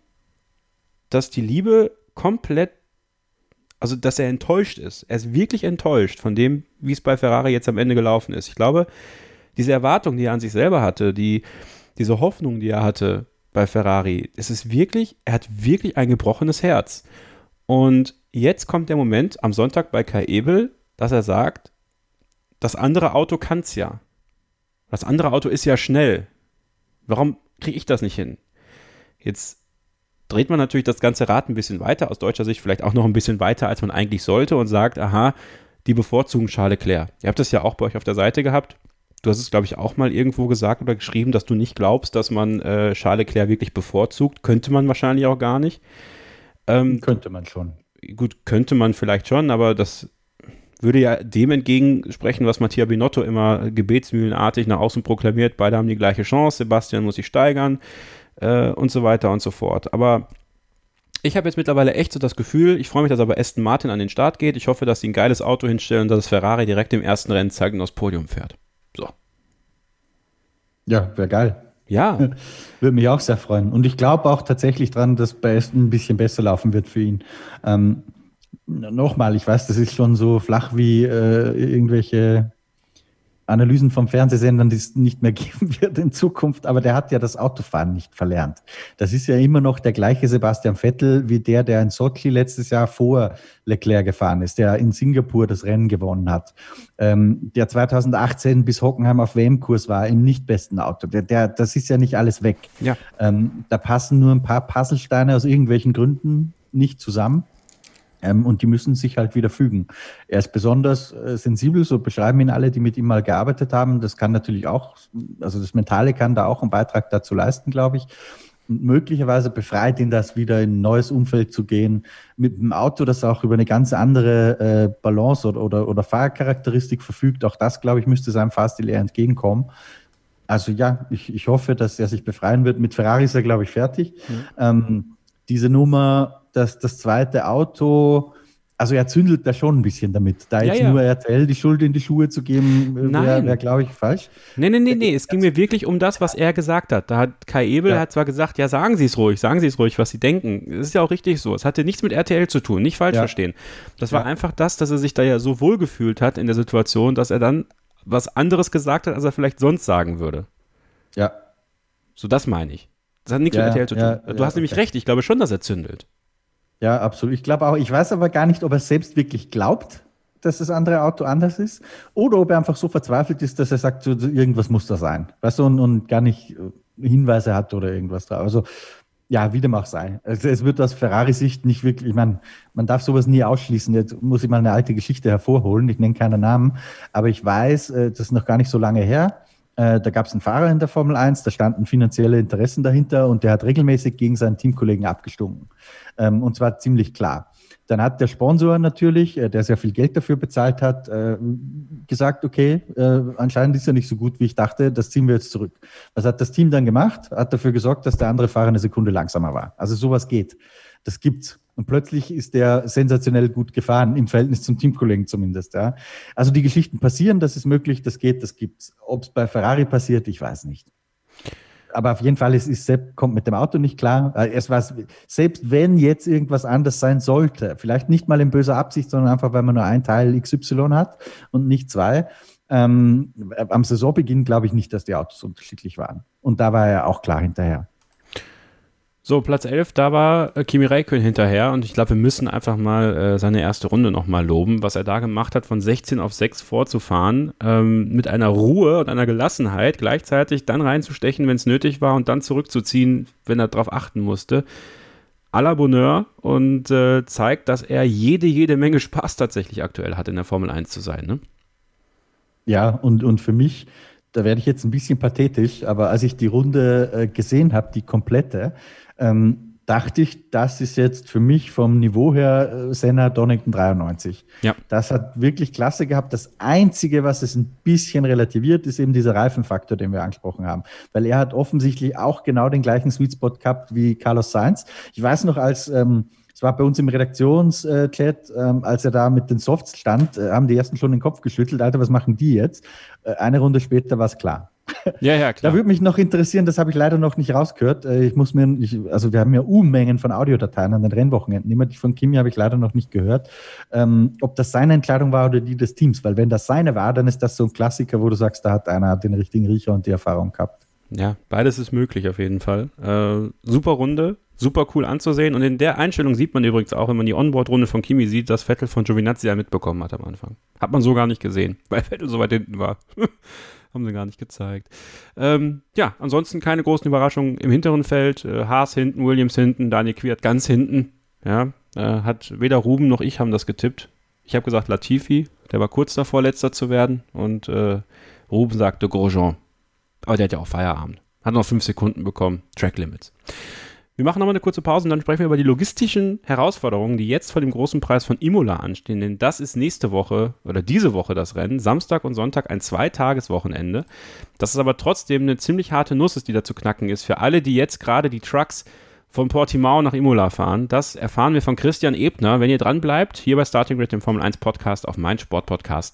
dass die Liebe komplett, also dass er enttäuscht ist. Er ist wirklich enttäuscht von dem, wie es bei Ferrari jetzt am Ende gelaufen ist. Ich glaube, diese Erwartung, die er an sich selber hatte, die, diese Hoffnung, die er hatte bei Ferrari, es ist wirklich, er hat wirklich ein gebrochenes Herz. Und jetzt kommt der Moment am Sonntag bei Kai Ebel, dass er sagt, das andere Auto kann es ja. Das andere Auto ist ja schnell. Warum kriege ich das nicht hin? Jetzt dreht man natürlich das ganze Rad ein bisschen weiter, aus deutscher Sicht vielleicht auch noch ein bisschen weiter, als man eigentlich sollte und sagt, aha, die bevorzugen Charles Leclerc. Ihr habt das ja auch bei euch auf der Seite gehabt. Du hast es, glaube ich, auch mal irgendwo gesagt oder geschrieben, dass du nicht glaubst, dass man äh, Charles Leclerc wirklich bevorzugt. Könnte man wahrscheinlich auch gar nicht. Ähm, könnte man schon. Gut, könnte man vielleicht schon, aber das würde ja dem entgegensprechen, was Mattia Binotto immer gebetsmühlenartig nach außen proklamiert. Beide haben die gleiche Chance, Sebastian muss sich steigern äh, und so weiter und so fort. Aber ich habe jetzt mittlerweile echt so das Gefühl, ich freue mich, dass aber Aston Martin an den Start geht. Ich hoffe, dass sie ein geiles Auto hinstellen und dass Ferrari direkt im ersten Rennen zeigt und aufs Podium fährt. So. Ja, wäre geil. Ja. Würde mich auch sehr freuen. Und ich glaube auch tatsächlich dran, dass bei Aston ein bisschen besser laufen wird für ihn. Ähm, nochmal, ich weiß, das ist schon so flach wie äh, irgendwelche Analysen vom Fernsehsendern, die es nicht mehr geben wird in Zukunft, aber der hat ja das Autofahren nicht verlernt. Das ist ja immer noch der gleiche Sebastian Vettel wie der, der in Sochi letztes Jahr vor Leclerc gefahren ist, der in Singapur das Rennen gewonnen hat, ähm, der zwanzig achtzehn bis Hockenheim auf W M-Kurs war im nicht besten Auto. Der, der, das ist ja nicht alles weg. Ja. Ähm, da passen nur ein paar Puzzlesteine aus irgendwelchen Gründen nicht zusammen. Ähm, und die müssen sich halt wieder fügen. Er ist besonders äh, sensibel, so beschreiben ihn alle, die mit ihm mal gearbeitet haben. Das kann natürlich auch, also das Mentale kann da auch einen Beitrag dazu leisten, glaube ich. Und möglicherweise befreit ihn das wieder, in ein neues Umfeld zu gehen, mit einem Auto, das auch über eine ganz andere äh, Balance oder, oder, oder Fahrcharakteristik verfügt. Auch das, glaube ich, müsste seinem Fahrstil eher entgegenkommen. Also ja, ich, ich hoffe, dass er sich befreien wird. Mit Ferrari ist er, glaube ich, fertig. Mhm. Ähm, diese Nummer, dass das zweite Auto, also er zündelt da schon ein bisschen damit. Da jetzt ja, ja. nur R T L die Schuld in die Schuhe zu geben, wäre, wär, glaube ich, falsch. Nee, nee, nee, nee, es ging mir wirklich um das, was er gesagt hat. Da hat Kai Ebel ja. hat zwar gesagt, ja, sagen Sie es ruhig, sagen Sie es ruhig, was Sie denken. Das ist ja auch richtig so. Es hatte nichts mit R T L zu tun, nicht falsch ja. verstehen. Das war ja. einfach das, dass er sich da ja so wohl gefühlt hat in der Situation, dass er dann was anderes gesagt hat, als er vielleicht sonst sagen würde. Ja. So, das meine ich. Das hat nichts ja, mit R T L zu tun. Ja, du ja, hast nämlich okay. recht, ich glaube schon, dass er zündelt. Ja, absolut. Ich glaube auch, ich weiß aber gar nicht, ob er selbst wirklich glaubt, dass das andere Auto anders ist, oder ob er einfach so verzweifelt ist, dass er sagt, so, irgendwas muss da sein. Weißt du, und, und gar nicht Hinweise hat oder irgendwas da. Also, ja, wie dem auch sei. Also, es wird aus Ferrari-Sicht nicht wirklich, ich meine, man darf sowas nie ausschließen. Jetzt muss ich mal eine alte Geschichte hervorholen. Ich nenne keinen Namen, aber ich weiß, das ist noch gar nicht so lange her. Da gab es einen Fahrer in der Formel eins, da standen finanzielle Interessen dahinter und der hat regelmäßig gegen seinen Teamkollegen abgestunken. Und zwar ziemlich klar. Dann hat der Sponsor natürlich, der sehr viel Geld dafür bezahlt hat, gesagt, okay, anscheinend ist er nicht so gut, wie ich dachte, das ziehen wir jetzt zurück. Was hat das Team dann gemacht? Hat dafür gesorgt, dass der andere Fahrer eine Sekunde langsamer war. Also sowas geht. Das gibt's. Und plötzlich ist der sensationell gut gefahren, im Verhältnis zum Teamkollegen zumindest. Ja. Also die Geschichten passieren, das ist möglich, das geht, das gibt's. Ob es bei Ferrari passiert, ich weiß nicht. Aber auf jeden Fall, es ist, Sepp kommt mit dem Auto nicht klar. Es war, selbst wenn jetzt irgendwas anders sein sollte, vielleicht nicht mal in böser Absicht, sondern einfach, weil man nur ein Teil X Y hat und nicht zwei. Ähm, am Saisonbeginn glaube ich nicht, dass die Autos unterschiedlich waren. Und da war er auch klar hinterher. So, Platz elf, da war äh, Kimi Räikkönen hinterher und ich glaube, wir müssen einfach mal äh, seine erste Runde nochmal loben, was er da gemacht hat, von sechzehn auf sechs vorzufahren, ähm, mit einer Ruhe und einer Gelassenheit, gleichzeitig dann reinzustechen, wenn es nötig war und dann zurückzuziehen, wenn er darauf achten musste. À la Bonheur und äh, zeigt, dass er jede, jede Menge Spaß tatsächlich aktuell hat, in der Formel eins zu sein, ne? Ja, und, und für mich, da werde ich jetzt ein bisschen pathetisch, aber als ich die Runde äh, gesehen habe, die komplette, ähm, dachte ich, das ist jetzt für mich vom Niveau her äh, Senna Donington dreiundneunzig. Ja. Das hat wirklich klasse gehabt. Das Einzige, was es ein bisschen relativiert, ist eben dieser Reifenfaktor, den wir angesprochen haben. Weil er hat offensichtlich auch genau den gleichen Sweet Spot gehabt wie Carlos Sainz. Ich weiß noch, als ähm, es war bei uns im Redaktionschat, ähm, als er da mit den Softs stand, äh, haben die ersten schon den Kopf geschüttelt. Alter, was machen die jetzt? Äh, eine Runde später war es klar. Ja, ja, klar. Da würde mich noch interessieren, das habe ich leider noch nicht rausgehört. Äh, ich muss mir, ich, also wir haben ja Unmengen von Audiodateien an den Rennwochenenden. Immer die von Kimi habe ich leider noch nicht gehört. Ähm, ob das seine Entscheidung war oder die des Teams. Weil wenn das seine war, dann ist das so ein Klassiker, wo du sagst, da hat einer den richtigen Riecher und die Erfahrung gehabt. Ja, beides ist möglich auf jeden Fall. Äh, super Runde. Super cool anzusehen. Und in der Einstellung sieht man übrigens auch, wenn man die Onboard-Runde von Kimi sieht, dass Vettel von Giovinazzi ja mitbekommen hat am Anfang. Hat man so gar nicht gesehen, weil Vettel so weit hinten war. Haben sie gar nicht gezeigt. Ähm, ja, ansonsten keine großen Überraschungen im hinteren Feld. Äh, Haas hinten, Williams hinten, Daniel Kvyat ganz hinten. Ja, äh, hat weder Ruben noch ich haben das getippt. Ich habe gesagt Latifi, der war kurz davor, letzter zu werden. Und äh, Ruben sagte Grosjean. Aber der hat ja auch Feierabend. Hat noch fünf Sekunden bekommen. Track Limits. Wir machen nochmal eine kurze Pause und dann sprechen wir über die logistischen Herausforderungen, die jetzt vor dem großen Preis von Imola anstehen. Denn das ist nächste Woche oder diese Woche das Rennen. Samstag und Sonntag ein Zweitageswochenende. Das ist aber trotzdem eine ziemlich harte Nuss, die da zu knacken ist. Für alle, die jetzt gerade die Trucks von Portimao nach Imola fahren. Das erfahren wir von Christian Ebner, wenn ihr dran bleibt, hier bei Starting Grid, dem Formel eins Podcast auf meinsportpodcast punkt de.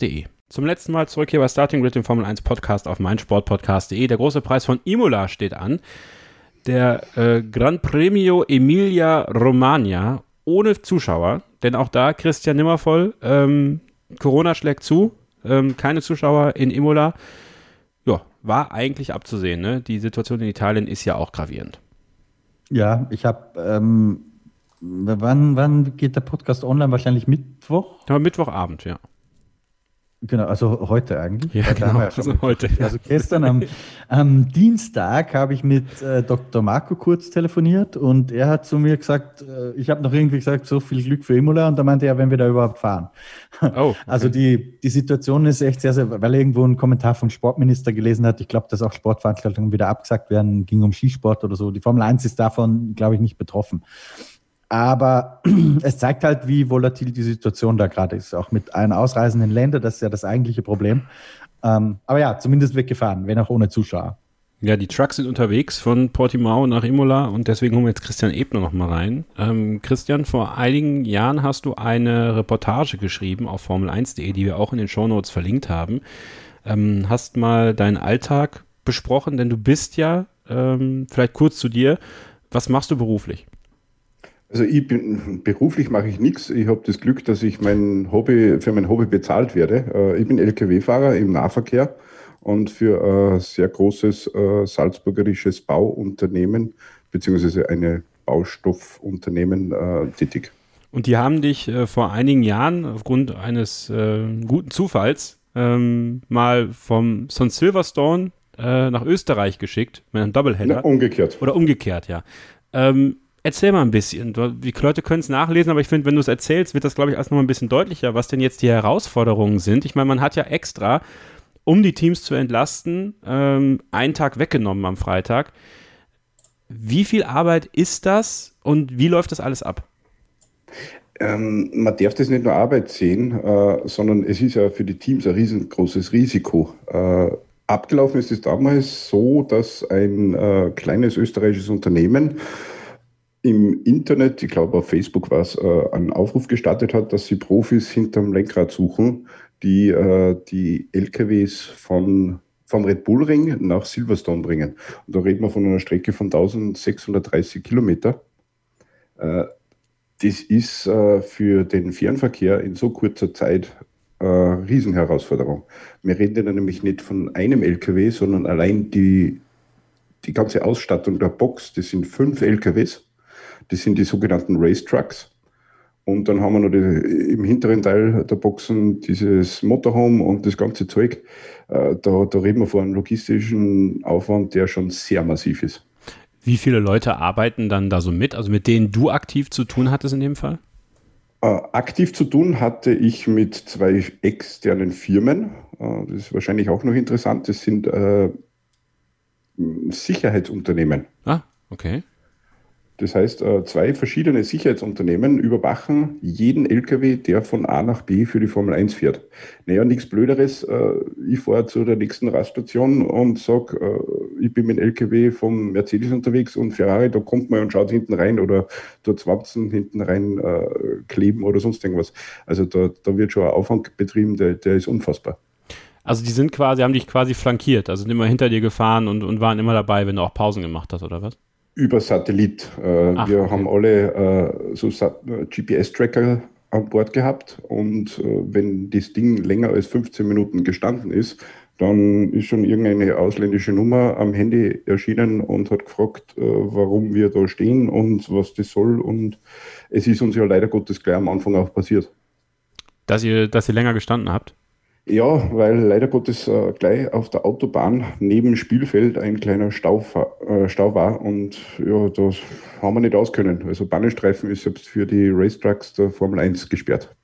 Zum letzten Mal zurück hier bei Starting Grid, dem Formel eins Podcast auf meinsportpodcast punkt de. Der große Preis von Imola steht an. Der äh, Gran Premio Emilia Romagna ohne Zuschauer. Denn auch da, Christian Nimmervoll, ähm, Corona schlägt zu. Ähm, keine Zuschauer in Imola. Ja, war eigentlich abzusehen. Ne? Die Situation in Italien ist ja auch gravierend. Ja, ich habe, ähm, wann, wann geht der Podcast online? Wahrscheinlich Mittwoch? Ja, Mittwochabend, ja. Genau, also heute eigentlich. Ja, genau, ja also heute. Also gestern am, am Dienstag habe ich mit äh, Doktor Marco kurz telefoniert und er hat zu mir gesagt, äh, ich habe noch irgendwie gesagt, so viel Glück für Imola und da meinte er, wenn wir da überhaupt fahren. Oh, okay. Also die, die Situation ist echt sehr, sehr, weil er irgendwo einen Kommentar vom Sportminister gelesen hat, ich glaube, dass auch Sportveranstaltungen wieder abgesagt werden, ging um Skisport oder so. Die Formel eins ist davon, glaube ich, nicht betroffen. Aber es zeigt halt, wie volatil die Situation da gerade ist, auch mit allen ausreisenden Ländern, das ist ja das eigentliche Problem. Ähm, aber ja, zumindest wird gefahren, wenn auch ohne Zuschauer. Ja, die Trucks sind unterwegs von Portimao nach Imola und deswegen holen wir jetzt Christian Ebner noch mal rein. Ähm, Christian, vor einigen Jahren hast du eine Reportage geschrieben auf Formel eins punkt de, die wir auch in den Shownotes verlinkt haben. Ähm, hast mal deinen Alltag besprochen, denn du bist ja, ähm, vielleicht kurz zu dir, was machst du beruflich? Also ich bin, beruflich mache ich nichts. Ich habe das Glück, dass ich mein Hobby, für mein Hobby bezahlt werde. Ich bin L K W-Fahrer im Nahverkehr und für ein sehr großes äh, salzburgerisches Bauunternehmen beziehungsweise eine Baustoffunternehmen äh, tätig. Und die haben dich äh, vor einigen Jahren aufgrund eines äh, guten Zufalls ähm, mal vom St. Silverstone äh, nach Österreich geschickt mit einem Doubleheader. Ja, umgekehrt. Oder umgekehrt, ja. Ähm, Erzähl mal ein bisschen. Die Leute können es nachlesen, aber ich finde, wenn du es erzählst, wird das, glaube ich, erst noch mal ein bisschen deutlicher, was denn jetzt die Herausforderungen sind. Ich meine, man hat ja extra, um die Teams zu entlasten, ähm, einen Tag weggenommen am Freitag. Wie viel Arbeit ist das und wie läuft das alles ab? Ähm, man darf das nicht nur Arbeit sehen, äh, sondern es ist ja für die Teams ein riesengroßes Risiko. Äh, abgelaufen ist es damals so, dass ein äh, kleines österreichisches Unternehmen im Internet, ich glaube auf Facebook war es, äh, einen Aufruf gestartet hat, dass sie Profis hinterm Lenkrad suchen, die äh, die L K Ws von, vom Red Bull Ring nach Silverstone bringen. Und da reden wir von einer Strecke von eintausendsechshundertdreißig Kilometer. Äh, das ist äh, für den Fernverkehr in so kurzer Zeit eine äh, Riesenherausforderung. Wir reden ja nämlich nicht von einem L K W, sondern allein die, die ganze Ausstattung der Box, das sind fünf L K Ws. Das sind die sogenannten Race Trucks. Und dann haben wir noch die, im hinteren Teil der Boxen dieses Motorhome und das ganze Zeug. Äh, da, da reden wir von einem logistischen Aufwand, der schon sehr massiv ist. Wie viele Leute arbeiten dann da so mit, also mit denen du aktiv zu tun hattest in dem Fall? Äh, aktiv zu tun hatte ich mit zwei externen Firmen. Äh, das ist wahrscheinlich auch noch interessant. Das sind äh, Sicherheitsunternehmen. Ah, okay. Das heißt, zwei verschiedene Sicherheitsunternehmen überwachen jeden L K W, der von A nach B für die Formel eins fährt. Naja, nichts Blöderes. Ich fahre zu der nächsten Raststation und sage, ich bin mit dem L K W vom Mercedes unterwegs und Ferrari, da kommt man und schaut hinten rein oder dort Zwanzen hinten rein äh, kleben oder sonst irgendwas. Also da, da wird schon ein Aufwand betrieben, der, der ist unfassbar. Also die sind quasi, haben dich quasi flankiert, also sind immer hinter dir gefahren und, und waren immer dabei, wenn du auch Pausen gemacht hast, oder was? Über Satellit. Äh, Ach, wir okay. haben alle äh, so G P S-Tracker an Bord gehabt und äh, wenn das Ding länger als fünfzehn Minuten gestanden ist, dann ist schon irgendeine ausländische Nummer am Handy erschienen und hat gefragt, äh, warum wir da stehen und was das soll. Und es ist uns ja leider Gottes gleich am Anfang auch passiert. Dass ihr, dass ihr länger gestanden habt? Ja, weil leider Gottes äh, gleich auf der Autobahn neben Spielfeld ein kleiner Stau, äh, Stau war und ja, das haben wir nicht auskönnen. Also Bahnstreifen ist selbst für die Racetrucks der Formel eins gesperrt.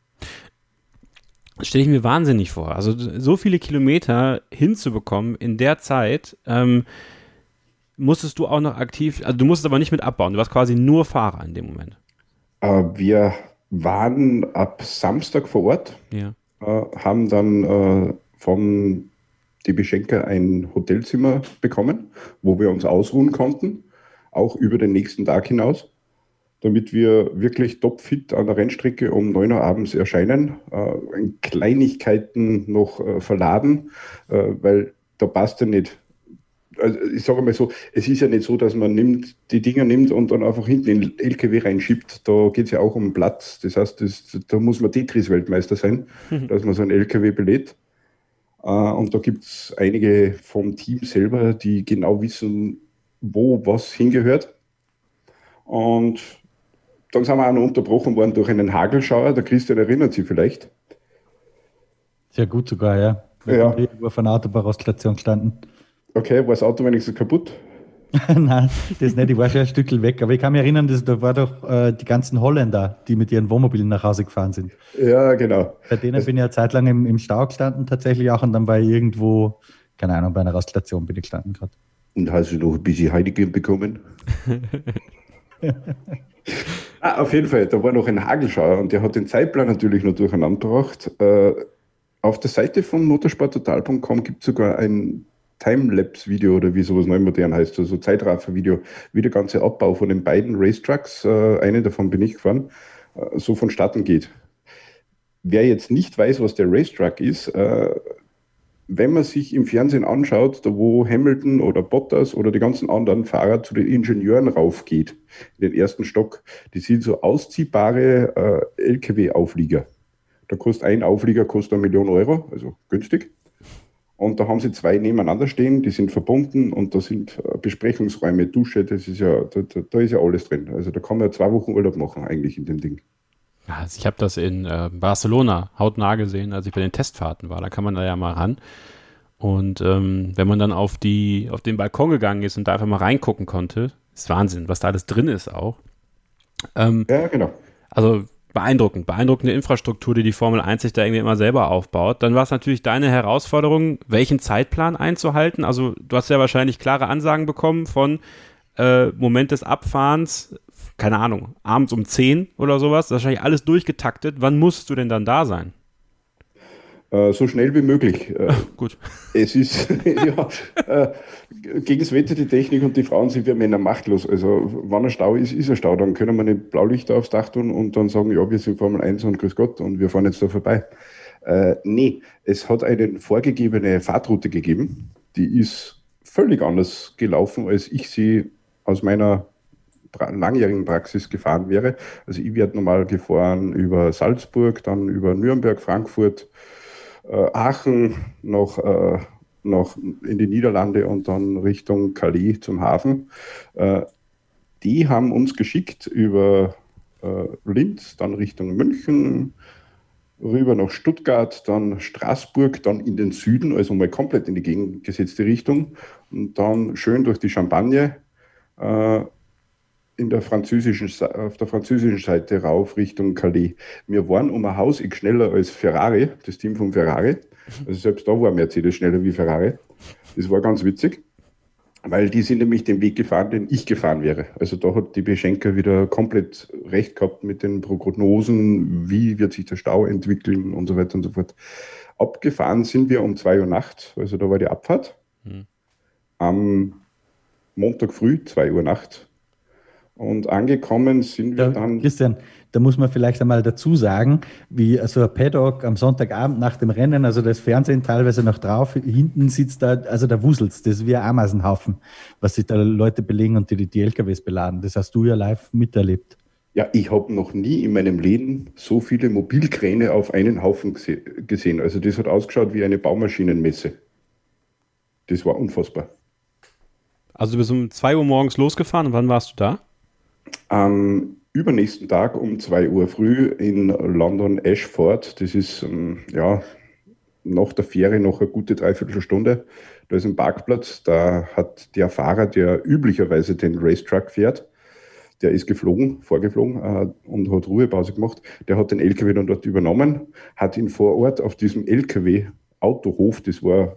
Das stelle ich mir wahnsinnig vor. Also so viele Kilometer hinzubekommen in der Zeit, ähm, musstest du auch noch aktiv, also du musstest aber nicht mit abbauen, du warst quasi nur Fahrer in dem Moment. Äh, wir waren ab Samstag vor Ort. Ja. Haben dann äh, von D B Schenker ein Hotelzimmer bekommen, wo wir uns ausruhen konnten, auch über den nächsten Tag hinaus. damit wir wirklich topfit an der Rennstrecke um neun Uhr abends erscheinen, äh, Kleinigkeiten noch äh, verladen, äh, weil da passt ja nicht. Also ich sage mal so, es ist ja nicht so, dass man nimmt, die Dinger nimmt und dann einfach hinten in den L K W reinschiebt. Da geht es ja auch um Platz. Das heißt, das, da muss man Tetris-Weltmeister sein, mhm. dass man so einen L K W belädt. Uh, und da gibt es einige vom Team selber, die genau wissen, wo was hingehört. Und dann sind wir auch noch unterbrochen worden durch einen Hagelschauer. Der Christian erinnert sich vielleicht. Sehr gut sogar, ja. Wir ja. sind auf einer Autobahnraststation gestanden. Okay, war das Auto wenigstens kaputt? Nein, das nicht. Ich war schon ein Stückchen weg. Aber ich kann mich erinnern, dass, da war doch äh, die ganzen Holländer, die mit ihren Wohnmobilen nach Hause gefahren sind. Ja, genau. Bei denen das bin ich eine Zeit lang im, im Stau gestanden tatsächlich auch. Und dann war ich irgendwo, keine Ahnung, bei einer Raststation bin ich gestanden gerade. Und hast du noch ein bisschen Heineken bekommen? ah, auf jeden Fall, da war noch ein Hagelschauer und der hat den Zeitplan natürlich noch durcheinander gebracht. Äh, auf der Seite von motorsporttotal punkt com gibt es sogar ein Timelapse-Video oder wie sowas neumodern heißt, also Zeitraffer-Video, wie der ganze Abbau von den beiden Racetrucks, äh, eine davon bin ich gefahren, äh, so vonstatten geht. Wer jetzt nicht weiß, was der Racetruck ist, äh, wenn man sich im Fernsehen anschaut, da wo Hamilton oder Bottas oder die ganzen anderen Fahrer zu den Ingenieuren raufgeht, in den ersten Stock, die sind so ausziehbare äh, L K W-Auflieger. Da kostet ein Auflieger kostet eine Million Euro, also günstig. Und da haben sie zwei nebeneinander stehen, die sind verbunden und da sind Besprechungsräume, Dusche, das ist ja, da, da ist ja alles drin. Also da kann man ja zwei Wochen Urlaub machen eigentlich in dem Ding. Ja, also ich habe das in äh, Barcelona hautnah gesehen, als ich bei den Testfahrten war. Da kann man da ja mal ran. Und ähm, wenn man dann auf, die, auf den Balkon gegangen ist und da einfach mal reingucken konnte, ist Wahnsinn, was da alles drin ist auch. Ähm, ja, genau. Also beeindruckend, beeindruckende Infrastruktur, die die Formel eins sich da irgendwie immer selber aufbaut. Dann war es natürlich deine Herausforderung, welchen Zeitplan einzuhalten. Also du hast ja wahrscheinlich klare Ansagen bekommen von äh, Moment des Abfahrens, keine Ahnung, abends um zehn oder sowas. Das ist wahrscheinlich alles durchgetaktet. Wann musst du denn dann da sein? Äh, so schnell wie möglich. Äh, Gut. Es ist, ja, äh, gegen das Wetter, die Technik und die Frauen sind wir Männer machtlos. Also, wenn ein Stau ist, ist ein Stau. Dann können wir nicht Blaulichter aufs Dach tun und dann sagen, ja, wir sind Formel eins und grüß Gott und wir fahren jetzt da vorbei. Äh, nee, es hat eine vorgegebene Fahrtroute gegeben, die ist völlig anders gelaufen, als ich sie aus meiner pra- langjährigen Praxis gefahren wäre. Also, ich werde normal gefahren über Salzburg, dann über Nürnberg, Frankfurt, Aachen noch, äh, noch in die Niederlande und dann Richtung Calais zum Hafen. Äh, die haben uns geschickt über äh, Linz, dann Richtung München, rüber nach Stuttgart, dann Straßburg, dann in den Süden, also mal komplett in die gegengesetzte Richtung und dann schön durch die Champagne äh, in der französischen, auf der französischen Seite rauf Richtung Calais. Wir waren um ein Hauseck schneller als Ferrari, das Team von Ferrari. Also selbst da war Mercedes schneller wie Ferrari. Das war ganz witzig, weil die sind nämlich den Weg gefahren, den ich gefahren wäre. Also da hat die Beschenker wieder komplett recht gehabt mit den Prognosen, wie wird sich der Stau entwickeln und so weiter und so fort. Abgefahren sind wir um zwei Uhr Nacht, also da war die Abfahrt. Hm. Am Montag früh, zwei Uhr Nacht. Und angekommen sind wir da, dann... Christian, da muss man vielleicht einmal dazu sagen, wie also ein Paddock am Sonntagabend nach dem Rennen, also das Fernsehen teilweise noch drauf, hinten sitzt da, also da wuselt's, das ist wie ein Ameisenhaufen, was sich da Leute belegen und die die L K Ws beladen. Das hast du ja live miterlebt. Ja, ich habe noch nie in meinem Leben so viele Mobilkräne auf einen Haufen gese- gesehen. Also das hat ausgeschaut wie eine Baumaschinenmesse. Das war unfassbar. Also du bist um zwei Uhr morgens losgefahren und wann warst du da? Am übernächsten Tag um zwei Uhr früh in London Ashford. Das ist ähm, ja nach der Fähre noch eine gute Dreiviertelstunde. Da ist ein Parkplatz, da hat der Fahrer, der üblicherweise den Racetruck fährt, der ist geflogen, vorgeflogen äh, und hat Ruhepause gemacht. Der hat den L K W dann dort übernommen, hat ihn vor Ort auf diesem L K W-Autohof, das war,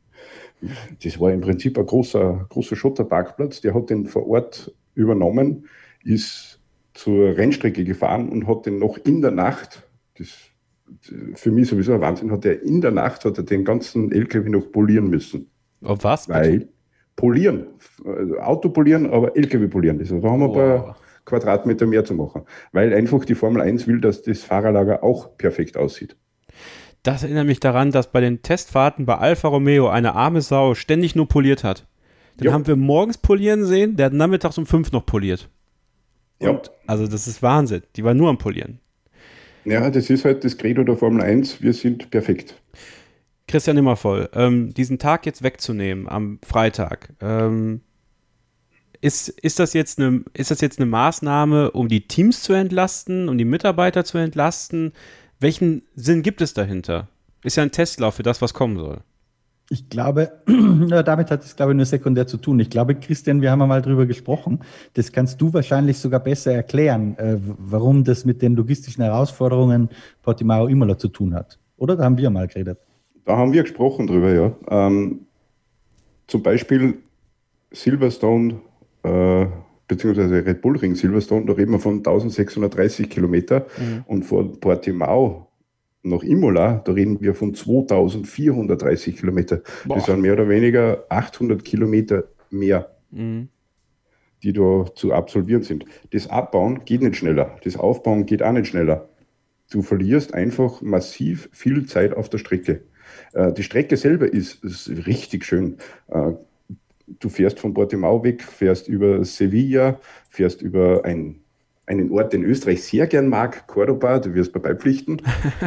das war im Prinzip ein großer, großer Schotterparkplatz, der hat den vor Ort übernommen, ist zur Rennstrecke gefahren und hat den noch in der Nacht, das für mich sowieso ein Wahnsinn, hat er in der Nacht hat er den ganzen L K W noch polieren müssen. Auf was? Weil polieren, Auto polieren, aber L K W polieren. Also da haben wir wow. ein paar Quadratmeter mehr zu machen, weil einfach die Formel eins will, dass das Fahrerlager auch perfekt aussieht. Das erinnert mich daran, dass bei den Testfahrten bei Alfa Romeo eine arme Sau ständig nur poliert hat. Den ja. haben wir morgens polieren sehen, der hat nachmittags um fünf noch poliert. Und, ja. Also das ist Wahnsinn, die war nur am Polieren. Ja, das ist halt das Credo der Formel eins, wir sind perfekt. Christian Nimmervoll, ähm, diesen Tag jetzt wegzunehmen am Freitag, ähm, ist, ist, das jetzt eine, ist das jetzt eine Maßnahme, um die Teams zu entlasten, um die Mitarbeiter zu entlasten? Welchen Sinn gibt es dahinter? Ist ja ein Testlauf für das, was kommen soll. Ich glaube, damit hat es, glaube ich, nur sekundär zu tun. Ich glaube, Christian, wir haben einmal drüber gesprochen. Das kannst du wahrscheinlich sogar besser erklären, äh, warum das mit den logistischen Herausforderungen Portimao Imola zu tun hat. Oder? Da haben wir mal geredet. Da haben wir gesprochen drüber, ja. Ähm, zum Beispiel Silverstone, äh, beziehungsweise Red Bull Ring Silverstone, da reden wir von eintausendsechshundertdreißig Kilometer. Mhm. Und von Portimao nach Imola, da reden wir von zweitausendvierhundertdreißig Kilometer. Boah. Das sind mehr oder weniger achthundert Kilometer mehr, mhm. die da zu absolvieren sind. Das Abbauen geht nicht schneller, das Aufbauen geht auch nicht schneller. Du verlierst einfach massiv viel Zeit auf der Strecke. Äh, die Strecke selber ist, ist richtig schön. Äh, du fährst von Portimao weg, fährst über Sevilla, fährst über ein einen Ort, den Österreich sehr gern mag, Cordoba, du wirst mir beipflichten.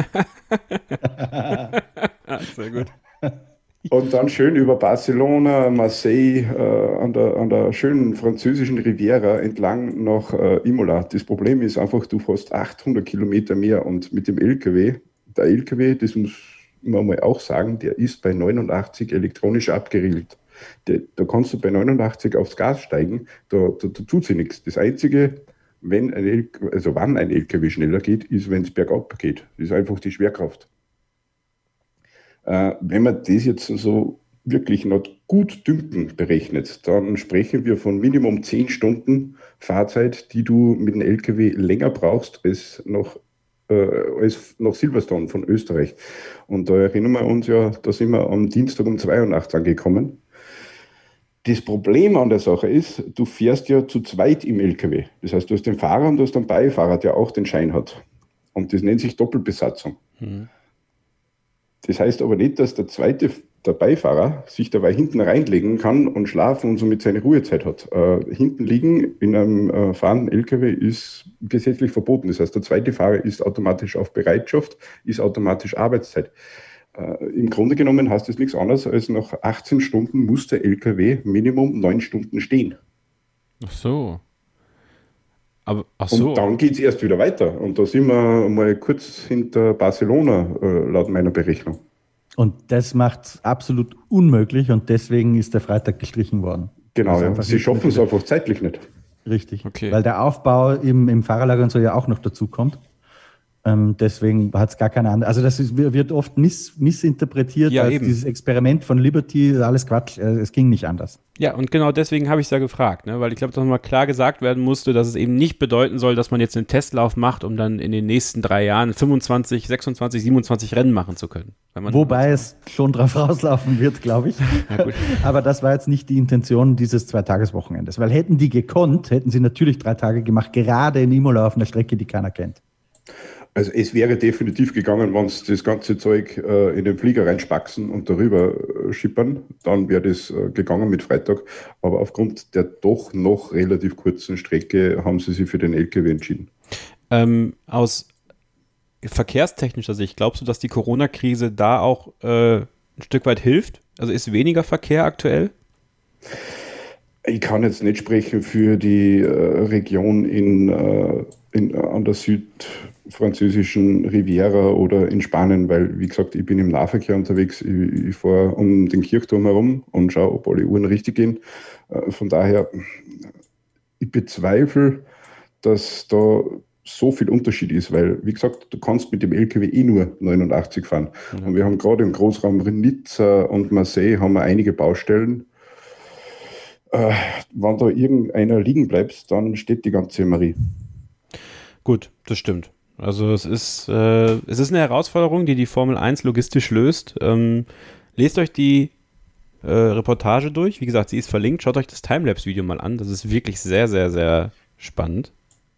Sehr gut. Und dann schön über Barcelona, Marseille, äh, an, der, an der schönen französischen Riviera entlang nach äh, Imola. Das Problem ist einfach, du hast achthundert Kilometer mehr und mit dem L K W, der L K W, das muss man mal auch sagen, der ist bei neunundachtzig elektronisch abgeriegelt. Der, da kannst du bei neunundachtzig aufs Gas steigen, da, da, da tut sich nichts. Das Einzige, wenn ein L K W, also wann ein L K W schneller geht, ist, wenn es bergab geht. Das ist einfach die Schwerkraft. Äh, wenn man das jetzt so wirklich noch gut dünken berechnet, dann sprechen wir von Minimum zehn Stunden Fahrzeit, die du mit dem L K W länger brauchst als nach, äh, als nach Silverstone von Österreich. Und da erinnern wir uns ja, da sind wir am Dienstag um zwei Uhr nachts angekommen. Das Problem an der Sache ist, du fährst ja zu zweit im L K W. Das heißt, du hast den Fahrer und du hast den Beifahrer, der auch den Schein hat. Und das nennt sich Doppelbesatzung. Mhm. Das heißt aber nicht, dass der zweite, der Beifahrer, sich dabei hinten reinlegen kann und schlafen und somit seine Ruhezeit hat. Äh, hinten liegen in einem äh, fahrenden L K W ist gesetzlich verboten. Das heißt, der zweite Fahrer ist automatisch auf Bereitschaft, ist automatisch Arbeitszeit. Äh, Im Grunde genommen heißt das nichts anderes, als nach achtzehn Stunden muss der L K W Minimum neun Stunden stehen. Ach so. Aber, ach so. Und dann geht es erst wieder weiter. Und da sind wir mal kurz hinter Barcelona, äh, laut meiner Berechnung. Und das macht es absolut unmöglich und deswegen ist der Freitag gestrichen worden. Genau, ja. Sie schaffen es einfach zeitlich nicht. Richtig, okay. Weil der Aufbau im, im Fahrerlager und so ja auch noch dazu kommt. Ähm, deswegen hat es gar keine andere. Also das ist, wird oft miss, missinterpretiert ja, als eben. Dieses Experiment von Liberty, alles Quatsch. Es ging nicht anders. Ja, und genau deswegen habe ich es ja gefragt, ne? Weil ich glaube, dass nochmal klar gesagt werden musste, dass es eben nicht bedeuten soll, dass man jetzt einen Testlauf macht, um dann in den nächsten drei Jahren fünfundzwanzig, sechsundzwanzig, siebenundzwanzig Rennen machen zu können. Wobei es schon drauf rauslaufen wird, glaube ich. Ja, gut. Aber das war jetzt nicht die Intention dieses Zweitageswochenendes. Weil hätten die gekonnt, hätten sie natürlich drei Tage gemacht, gerade in Imola auf einer Strecke, die keiner kennt. Also es wäre definitiv gegangen, wenn sie das ganze Zeug äh, in den Flieger reinspaxen und darüber äh, schippern, dann wäre das äh, gegangen mit Freitag. Aber aufgrund der doch noch relativ kurzen Strecke haben sie sich für den L K W entschieden. Ähm, aus verkehrstechnischer Sicht, glaubst du, dass die Corona-Krise da auch äh, ein Stück weit hilft? Also ist weniger Verkehr aktuell? Ich kann jetzt nicht sprechen für die äh, Region in, äh, in, äh, an der südfranzösischen Riviera oder in Spanien, weil, wie gesagt, ich bin im Nahverkehr unterwegs. Ich, ich fahre um den Kirchturm herum und schaue, ob alle Uhren richtig gehen. Äh, von daher, ich bezweifle, dass da so viel Unterschied ist, weil, wie gesagt, du kannst mit dem L K W eh nur neunundachtzig fahren. Mhm. Und wir haben gerade im Großraum Nizza und Marseille haben wir einige Baustellen. Äh, wenn da irgendeiner liegen bleibt, dann steht die ganze Marie. Gut, das stimmt. Also es ist, äh, es ist eine Herausforderung, die die Formel eins logistisch löst. Ähm, lest euch die äh, Reportage durch. Wie gesagt, sie ist verlinkt. Schaut euch das Timelapse-Video mal an. Das ist wirklich sehr, sehr, sehr spannend.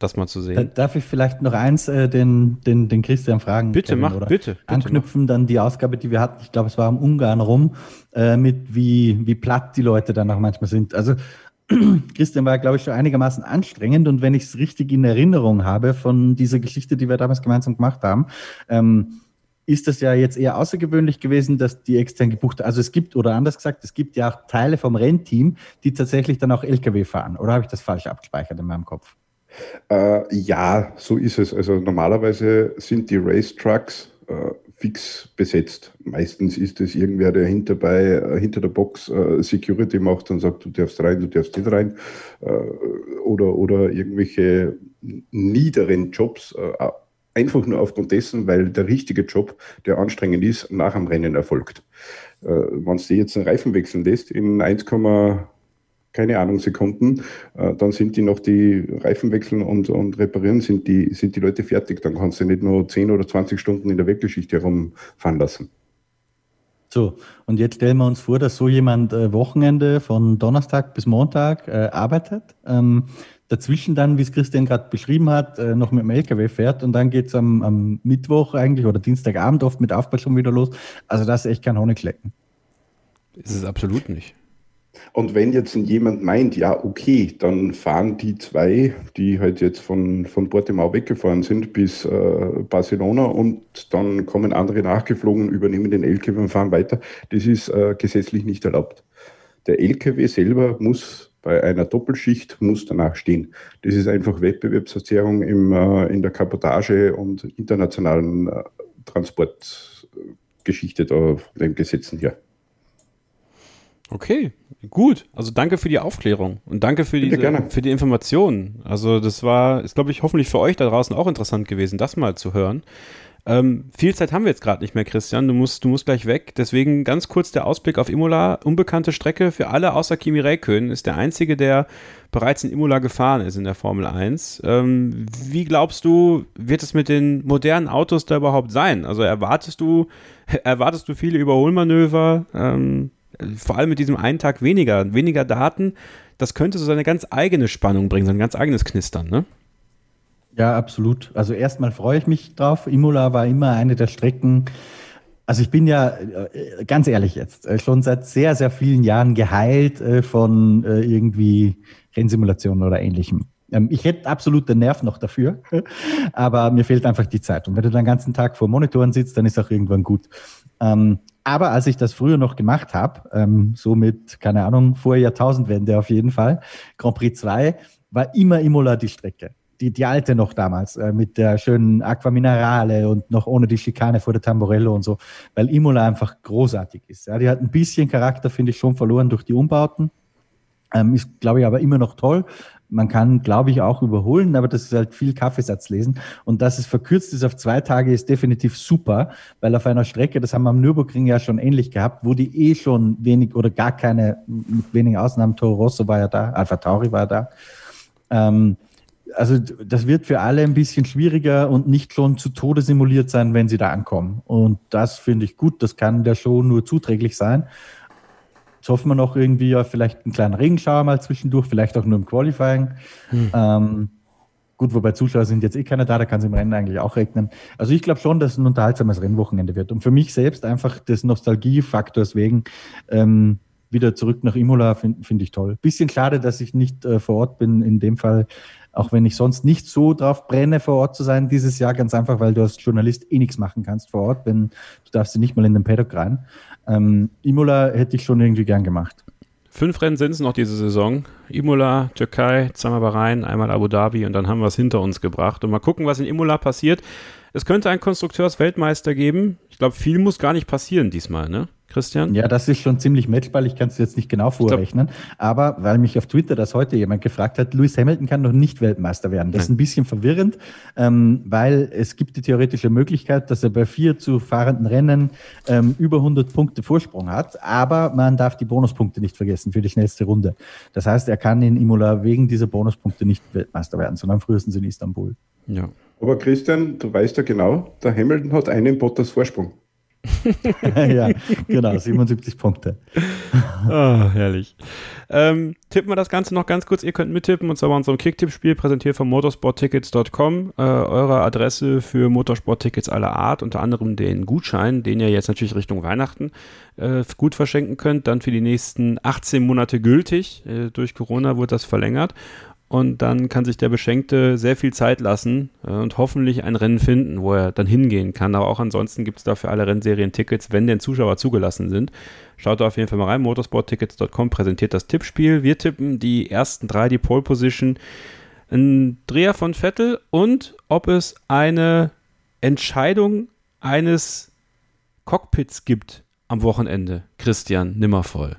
das mal zu sehen. Darf ich vielleicht noch eins äh, den, den, den Christian fragen? Bitte, Kevin, mach, oder bitte, bitte. Anknüpfen dann die Ausgabe, die wir hatten, ich glaube, es war am Ungarn rum, äh, mit wie, wie platt die Leute dann auch manchmal sind. Also Christian war, glaube ich, schon einigermaßen anstrengend und wenn ich es richtig in Erinnerung habe von dieser Geschichte, die wir damals gemeinsam gemacht haben, ähm, ist das ja jetzt eher außergewöhnlich gewesen, dass die extern gebucht haben. Also es gibt, oder anders gesagt, es gibt ja auch Teile vom Rennteam, die tatsächlich dann auch L K W fahren. Oder habe ich das falsch abgespeichert in meinem Kopf? Äh, ja, so ist es. Also normalerweise sind die Race-Trucks äh, fix besetzt. Meistens ist es irgendwer, der hinter, bei, äh, hinter der Box äh, Security macht und sagt, du darfst rein, du darfst nicht rein. Äh, oder, oder irgendwelche niederen Jobs, äh, einfach nur aufgrund dessen, weil der richtige Job, der anstrengend ist, nach dem Rennen erfolgt. Äh, wenn du jetzt einen Reifen wechseln lässt in eins, keine Ahnung, Sekunden, äh, dann sind die noch die Reifen wechseln und, und reparieren, sind die, sind die Leute fertig. Dann kannst du nicht nur zehn oder zwanzig Stunden in der Weggeschichte herumfahren lassen. So, und jetzt stellen wir uns vor, dass so jemand äh, Wochenende von Donnerstag bis Montag äh, arbeitet, ähm, dazwischen dann, wie es Christian gerade beschrieben hat, äh, noch mit dem L K W fährt und dann geht es am, am Mittwoch eigentlich oder Dienstagabend oft mit Aufbau schon wieder los. Also das ist echt kein Honigschlecken. Ist es absolut nicht. Und wenn jetzt jemand meint, ja okay, dann fahren die zwei, die halt jetzt von, von Portimao weggefahren sind bis äh, Barcelona und dann kommen andere nachgeflogen, übernehmen den L K W und fahren weiter, das ist äh, gesetzlich nicht erlaubt. Der L K W selber muss bei einer Doppelschicht muss danach stehen. Das ist einfach Wettbewerbsverzerrung im, äh, in der Kabotage und internationalen äh, Transportgeschichte da von den Gesetzen her. Okay, gut. Also danke für die Aufklärung und danke für, diese, für die Informationen. Also das war, ist glaube ich hoffentlich für euch da draußen auch interessant gewesen, das mal zu hören. Ähm, viel Zeit haben wir jetzt gerade nicht mehr, Christian. Du musst, du musst gleich weg. Deswegen ganz kurz der Ausblick auf Imola. Unbekannte Strecke für alle außer Kimi Räikkönen. Ist der einzige, der bereits in Imola gefahren ist in der Formel eins. Ähm, wie glaubst du, wird es mit den modernen Autos da überhaupt sein? Also erwartest du, erwartest du viele Überholmanöver? Ähm, vor allem mit diesem einen Tag weniger, weniger Daten. Das könnte so seine ganz eigene Spannung bringen, sein ganz eigenes Knistern, ne? Ja, absolut. Also erstmal freue ich mich drauf. Imola war immer eine der Strecken. Also ich bin ja, ganz ehrlich jetzt, schon seit sehr, sehr vielen Jahren geheilt von irgendwie Rennsimulationen oder Ähnlichem. Ich hätte absolut den Nerv noch dafür, aber mir fehlt einfach die Zeit. Und wenn du den ganzen Tag vor Monitoren sitzt, dann ist auch irgendwann gut. Aber als ich das früher noch gemacht habe, so mit, keine Ahnung, vor Jahrtausendwende auf jeden Fall, Grand Prix zwei, war immer Imola die Strecke. Die, die alte noch damals, äh, mit der schönen Aqua Minerale und noch ohne die Schikane vor der Tamburello und so, weil Imola einfach großartig ist. Ja, die hat ein bisschen Charakter, finde ich, schon verloren durch die Umbauten. Ähm, ist, glaube ich, aber immer noch toll. Man kann, glaube ich, auch überholen, aber das ist halt viel Kaffeesatz lesen. Und dass es verkürzt ist auf zwei Tage, ist definitiv super, weil auf einer Strecke, das haben wir am Nürburgring ja schon ähnlich gehabt, wo die eh schon wenig oder gar keine, mit wenigen Ausnahmen, Toro Rosso war ja da, Alpha Tauri war da, ähm, also das wird für alle ein bisschen schwieriger und nicht schon zu Tode simuliert sein, wenn sie da ankommen. Und das finde ich gut, das kann der Show nur zuträglich sein. Jetzt hoffen wir noch irgendwie ja vielleicht einen kleinen Regenschauer mal zwischendurch, vielleicht auch nur im Qualifying. Hm. Ähm, gut, wobei Zuschauer sind jetzt eh keiner da, da kann es im Rennen eigentlich auch regnen. Also ich glaube schon, dass es ein unterhaltsames Rennwochenende wird. Und für mich selbst einfach des Nostalgiefaktors wegen ähm, wieder zurück nach Imola finde find ich toll. Bisschen schade, dass ich nicht äh, vor Ort bin in dem Fall, auch wenn ich sonst nicht so drauf brenne, vor Ort zu sein dieses Jahr, ganz einfach, weil du als Journalist eh nichts machen kannst vor Ort, wenn du darfst nicht mal in den Paddock rein. Ähm, Imola hätte ich schon irgendwie gern gemacht. Fünf Rennen sind es noch diese Saison. Imola, Türkei, zweimal Bahrain, einmal Abu Dhabi und dann haben wir es hinter uns gebracht. Und mal gucken, was in Imola passiert. Es könnte einen Konstrukteursweltmeister geben. Ich glaube, viel muss gar nicht passieren diesmal, ne? Christian? Ja, das ist schon ziemlich matchball. Ich kann es jetzt nicht genau vorrechnen. Aber weil mich auf Twitter das heute jemand gefragt hat, Lewis Hamilton kann noch nicht Weltmeister werden. Das ist ein bisschen verwirrend, ähm, weil es gibt die theoretische Möglichkeit, dass er bei vier zu fahrenden Rennen ähm, über hundert Punkte Vorsprung hat. Aber man darf die Bonuspunkte nicht vergessen für die schnellste Runde. Das heißt, er kann in Imola wegen dieser Bonuspunkte nicht Weltmeister werden, sondern frühestens in Istanbul. Ja. Aber Christian, du weißt ja genau, der Hamilton hat einen Bottas Vorsprung. Ja, genau, siebenundsiebzig Punkte. Oh, herrlich. Ähm, tippen wir das Ganze noch ganz kurz. Ihr könnt mittippen, und zwar bei unserem Kicktipp-Spiel, präsentiert von motorsporttickets Punkt com. Äh, eure Adresse für Motorsporttickets aller Art, unter anderem den Gutschein, den ihr jetzt natürlich Richtung Weihnachten äh, gut verschenken könnt. Dann für die nächsten achtzehn Monate gültig. Äh, durch Corona wurde das verlängert. Und dann kann sich der Beschenkte sehr viel Zeit lassen äh, und hoffentlich ein Rennen finden, wo er dann hingehen kann. Aber auch ansonsten gibt es da für alle Rennserien Tickets, wenn denn Zuschauer zugelassen sind. Schaut da auf jeden Fall mal rein. motorsporttickets Punkt com präsentiert das Tippspiel. Wir tippen die ersten drei, die Pole Position, ein Dreher von Vettel und ob es eine Entscheidung eines Cockpits gibt am Wochenende. Christian Nimmervoll.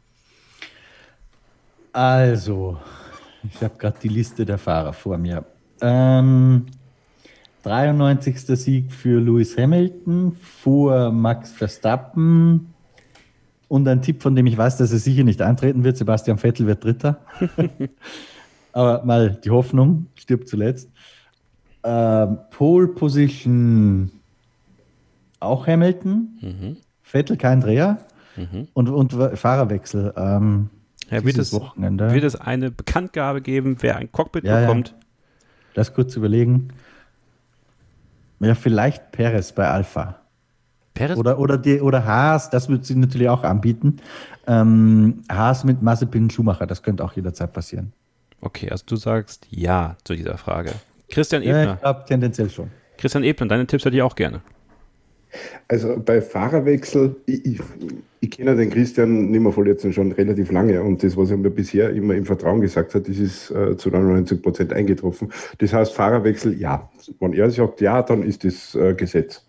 Also... Ich habe gerade die Liste der Fahrer vor mir. Ähm, dreiundneunzigster Sieg für Lewis Hamilton vor Max Verstappen. Und ein Tipp, von dem ich weiß, dass er sicher nicht eintreten wird. Sebastian Vettel wird Dritter. Aber mal die Hoffnung stirbt zuletzt. Ähm, Pole Position auch Hamilton. Mhm. Vettel kein Dreher. Mhm. Und, und Fahrerwechsel. Ähm, Ja, wird, es, Wochenende. wird es eine Bekanntgabe geben, wer ein Cockpit ja, bekommt? Ja. Lass kurz überlegen. Ja, vielleicht Perez bei Alpha. Perez? Oder, oder, die, oder Haas, das würde sie natürlich auch anbieten. Ähm, Haas mit Mazepin Schumacher, das könnte auch jederzeit passieren. Okay, also du sagst ja zu dieser Frage. Christian Ebner. Ja, ich glaube tendenziell schon. Christian Ebner, deine Tipps hätte ich auch gerne. Also bei Fahrerwechsel, ich, ich, ich kenne den Christian Nimmervoll jetzt schon relativ lange und das, was er mir bisher immer im Vertrauen gesagt hat, das ist äh, zu neunundneunzig Prozent eingetroffen. Das heißt, Fahrerwechsel, ja. Wenn er sagt ja, dann ist das äh, Gesetz.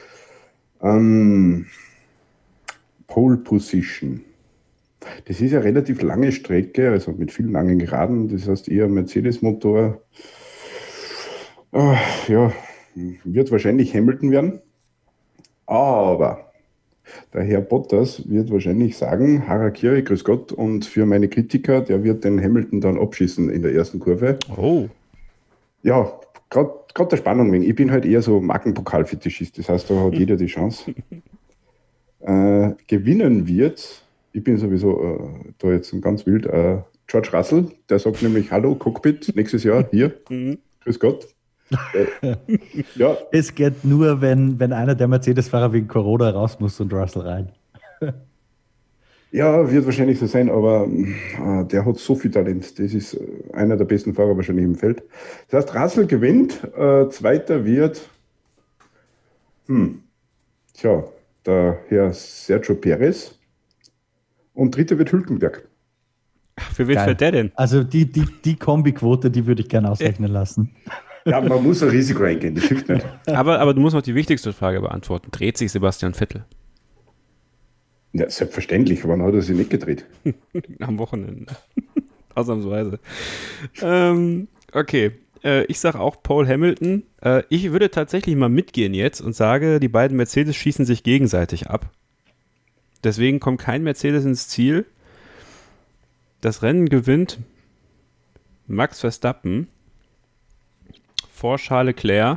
Ähm, Pole Position. Das ist eine relativ lange Strecke, also mit vielen langen Geraden, das heißt eher Mercedes-Motor. Äh, ja, wird wahrscheinlich Hamilton werden. Aber der Herr Bottas wird wahrscheinlich sagen, Harakiri, grüß Gott, und für meine Kritiker, der wird den Hamilton dann abschießen in der ersten Kurve. Oh. Ja, gerade der Spannung wegen. Ich bin halt eher so Markenpokal-Fetischist, das heißt, da hat jeder die Chance. äh, gewinnen wird, ich bin sowieso äh, da jetzt ganz wild, äh, George Russell, der sagt nämlich, hallo Cockpit, nächstes Jahr hier, grüß Gott. Ja. Es geht nur, wenn, wenn einer der Mercedes-Fahrer wegen Corona raus muss und Russell rein. Ja, wird wahrscheinlich so sein, aber äh, der hat so viel Talent. Das ist äh, einer der besten Fahrer wahrscheinlich im Feld. Das heißt, Russell gewinnt, äh, zweiter wird hm, tja, der Herr Sergio Perez und dritter wird Hülkenberg. Für wen fällt der denn? Also die, die, die Kombiquote, die würde ich gerne ausrechnen lassen. Ja, man muss ein Risiko eingehen, das hilft nicht. Aber, aber du musst noch die wichtigste Frage beantworten. Dreht sich Sebastian Vettel? Ja, selbstverständlich. Wann hat er sich nicht gedreht? Am Wochenende. Ausnahmsweise. ähm, okay. Äh, ich sage auch Paul Hamilton. Äh, ich würde tatsächlich mal mitgehen jetzt und sage, die beiden Mercedes schießen sich gegenseitig ab. Deswegen kommt kein Mercedes ins Ziel. Das Rennen gewinnt Max Verstappen vor Charles Leclerc.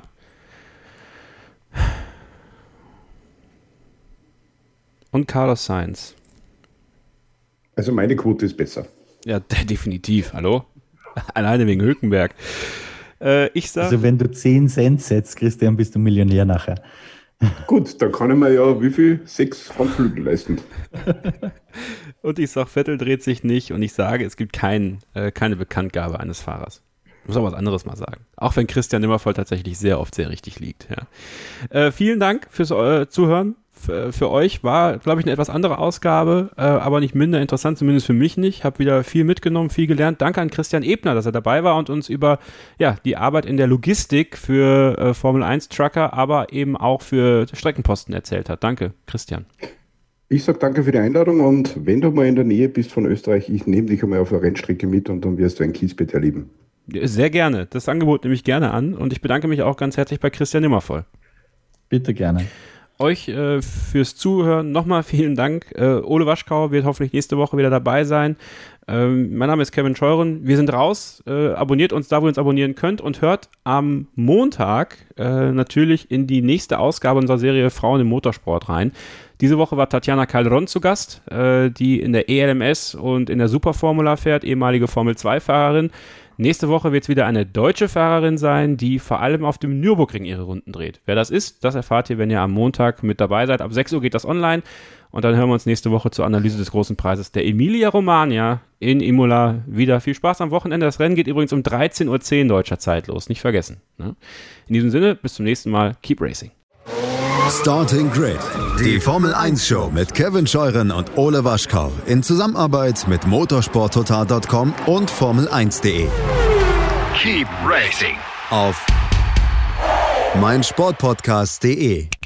Und Carlos Sainz. Also meine Quote ist besser. Ja, definitiv. Hallo? Alleine wegen Hülkenberg. Äh, ich sag, also wenn du zehn Cent setzt, Christian, bist du Millionär nachher. Gut, dann kann ich mir ja wie viel? Sechs Frontflügel leisten. Und ich sage, Vettel dreht sich nicht und ich sage, es gibt kein, äh, keine Bekanntgabe eines Fahrers. Ich muss auch was anderes mal sagen. Auch wenn Christian Nimmervoll tatsächlich sehr oft sehr richtig liegt. Ja. Äh, vielen Dank fürs äh, Zuhören. F- für euch war, glaube ich, eine etwas andere Ausgabe, äh, aber nicht minder interessant, zumindest für mich nicht. Habe wieder viel mitgenommen, viel gelernt. Danke an Christian Ebner, dass er dabei war und uns über ja, die Arbeit in der Logistik für äh, Formel eins Trucker, aber eben auch für Streckenposten erzählt hat. Danke, Christian. Ich sage danke für die Einladung und wenn du mal in der Nähe bist von Österreich, ich nehme dich einmal auf eine Rennstrecke mit und dann wirst du ein Kiesbett erleben. Sehr gerne. Das Angebot nehme ich gerne an und ich bedanke mich auch ganz herzlich bei Christian Nimmervoll. Bitte gerne. euch äh, fürs Zuhören. Nochmal vielen Dank. Äh, Ole Waschkau wird hoffentlich nächste Woche wieder dabei sein. Ähm, mein Name ist Kevin Scheuren. Wir sind raus. Äh, abonniert uns da, wo ihr uns abonnieren könnt und hört am Montag äh, natürlich in die nächste Ausgabe unserer Serie Frauen im Motorsport rein. Diese Woche war Tatjana Calderon zu Gast, äh, die in der E L M S und in der Superformula fährt, ehemalige Formel zwei Fahrerin. Nächste Woche wird es wieder eine deutsche Fahrerin sein, die vor allem auf dem Nürburgring ihre Runden dreht. Wer das ist, das erfahrt ihr, wenn ihr am Montag mit dabei seid. Ab sechs Uhr geht das online und dann hören wir uns nächste Woche zur Analyse des großen Preises der Emilia-Romagna in Imola wieder. Viel Spaß am Wochenende. Das Rennen geht übrigens um dreizehn Uhr zehn deutscher Zeit los, nicht vergessen. Ne? In diesem Sinne, bis zum nächsten Mal. Keep Racing. Starting Grid, die Formel eins Show mit Kevin Scheuren und Ole Waschkau in Zusammenarbeit mit motorsport total Punkt com und Formel eins Punkt de. Keep Racing Auf meinsportpodcast Punkt de.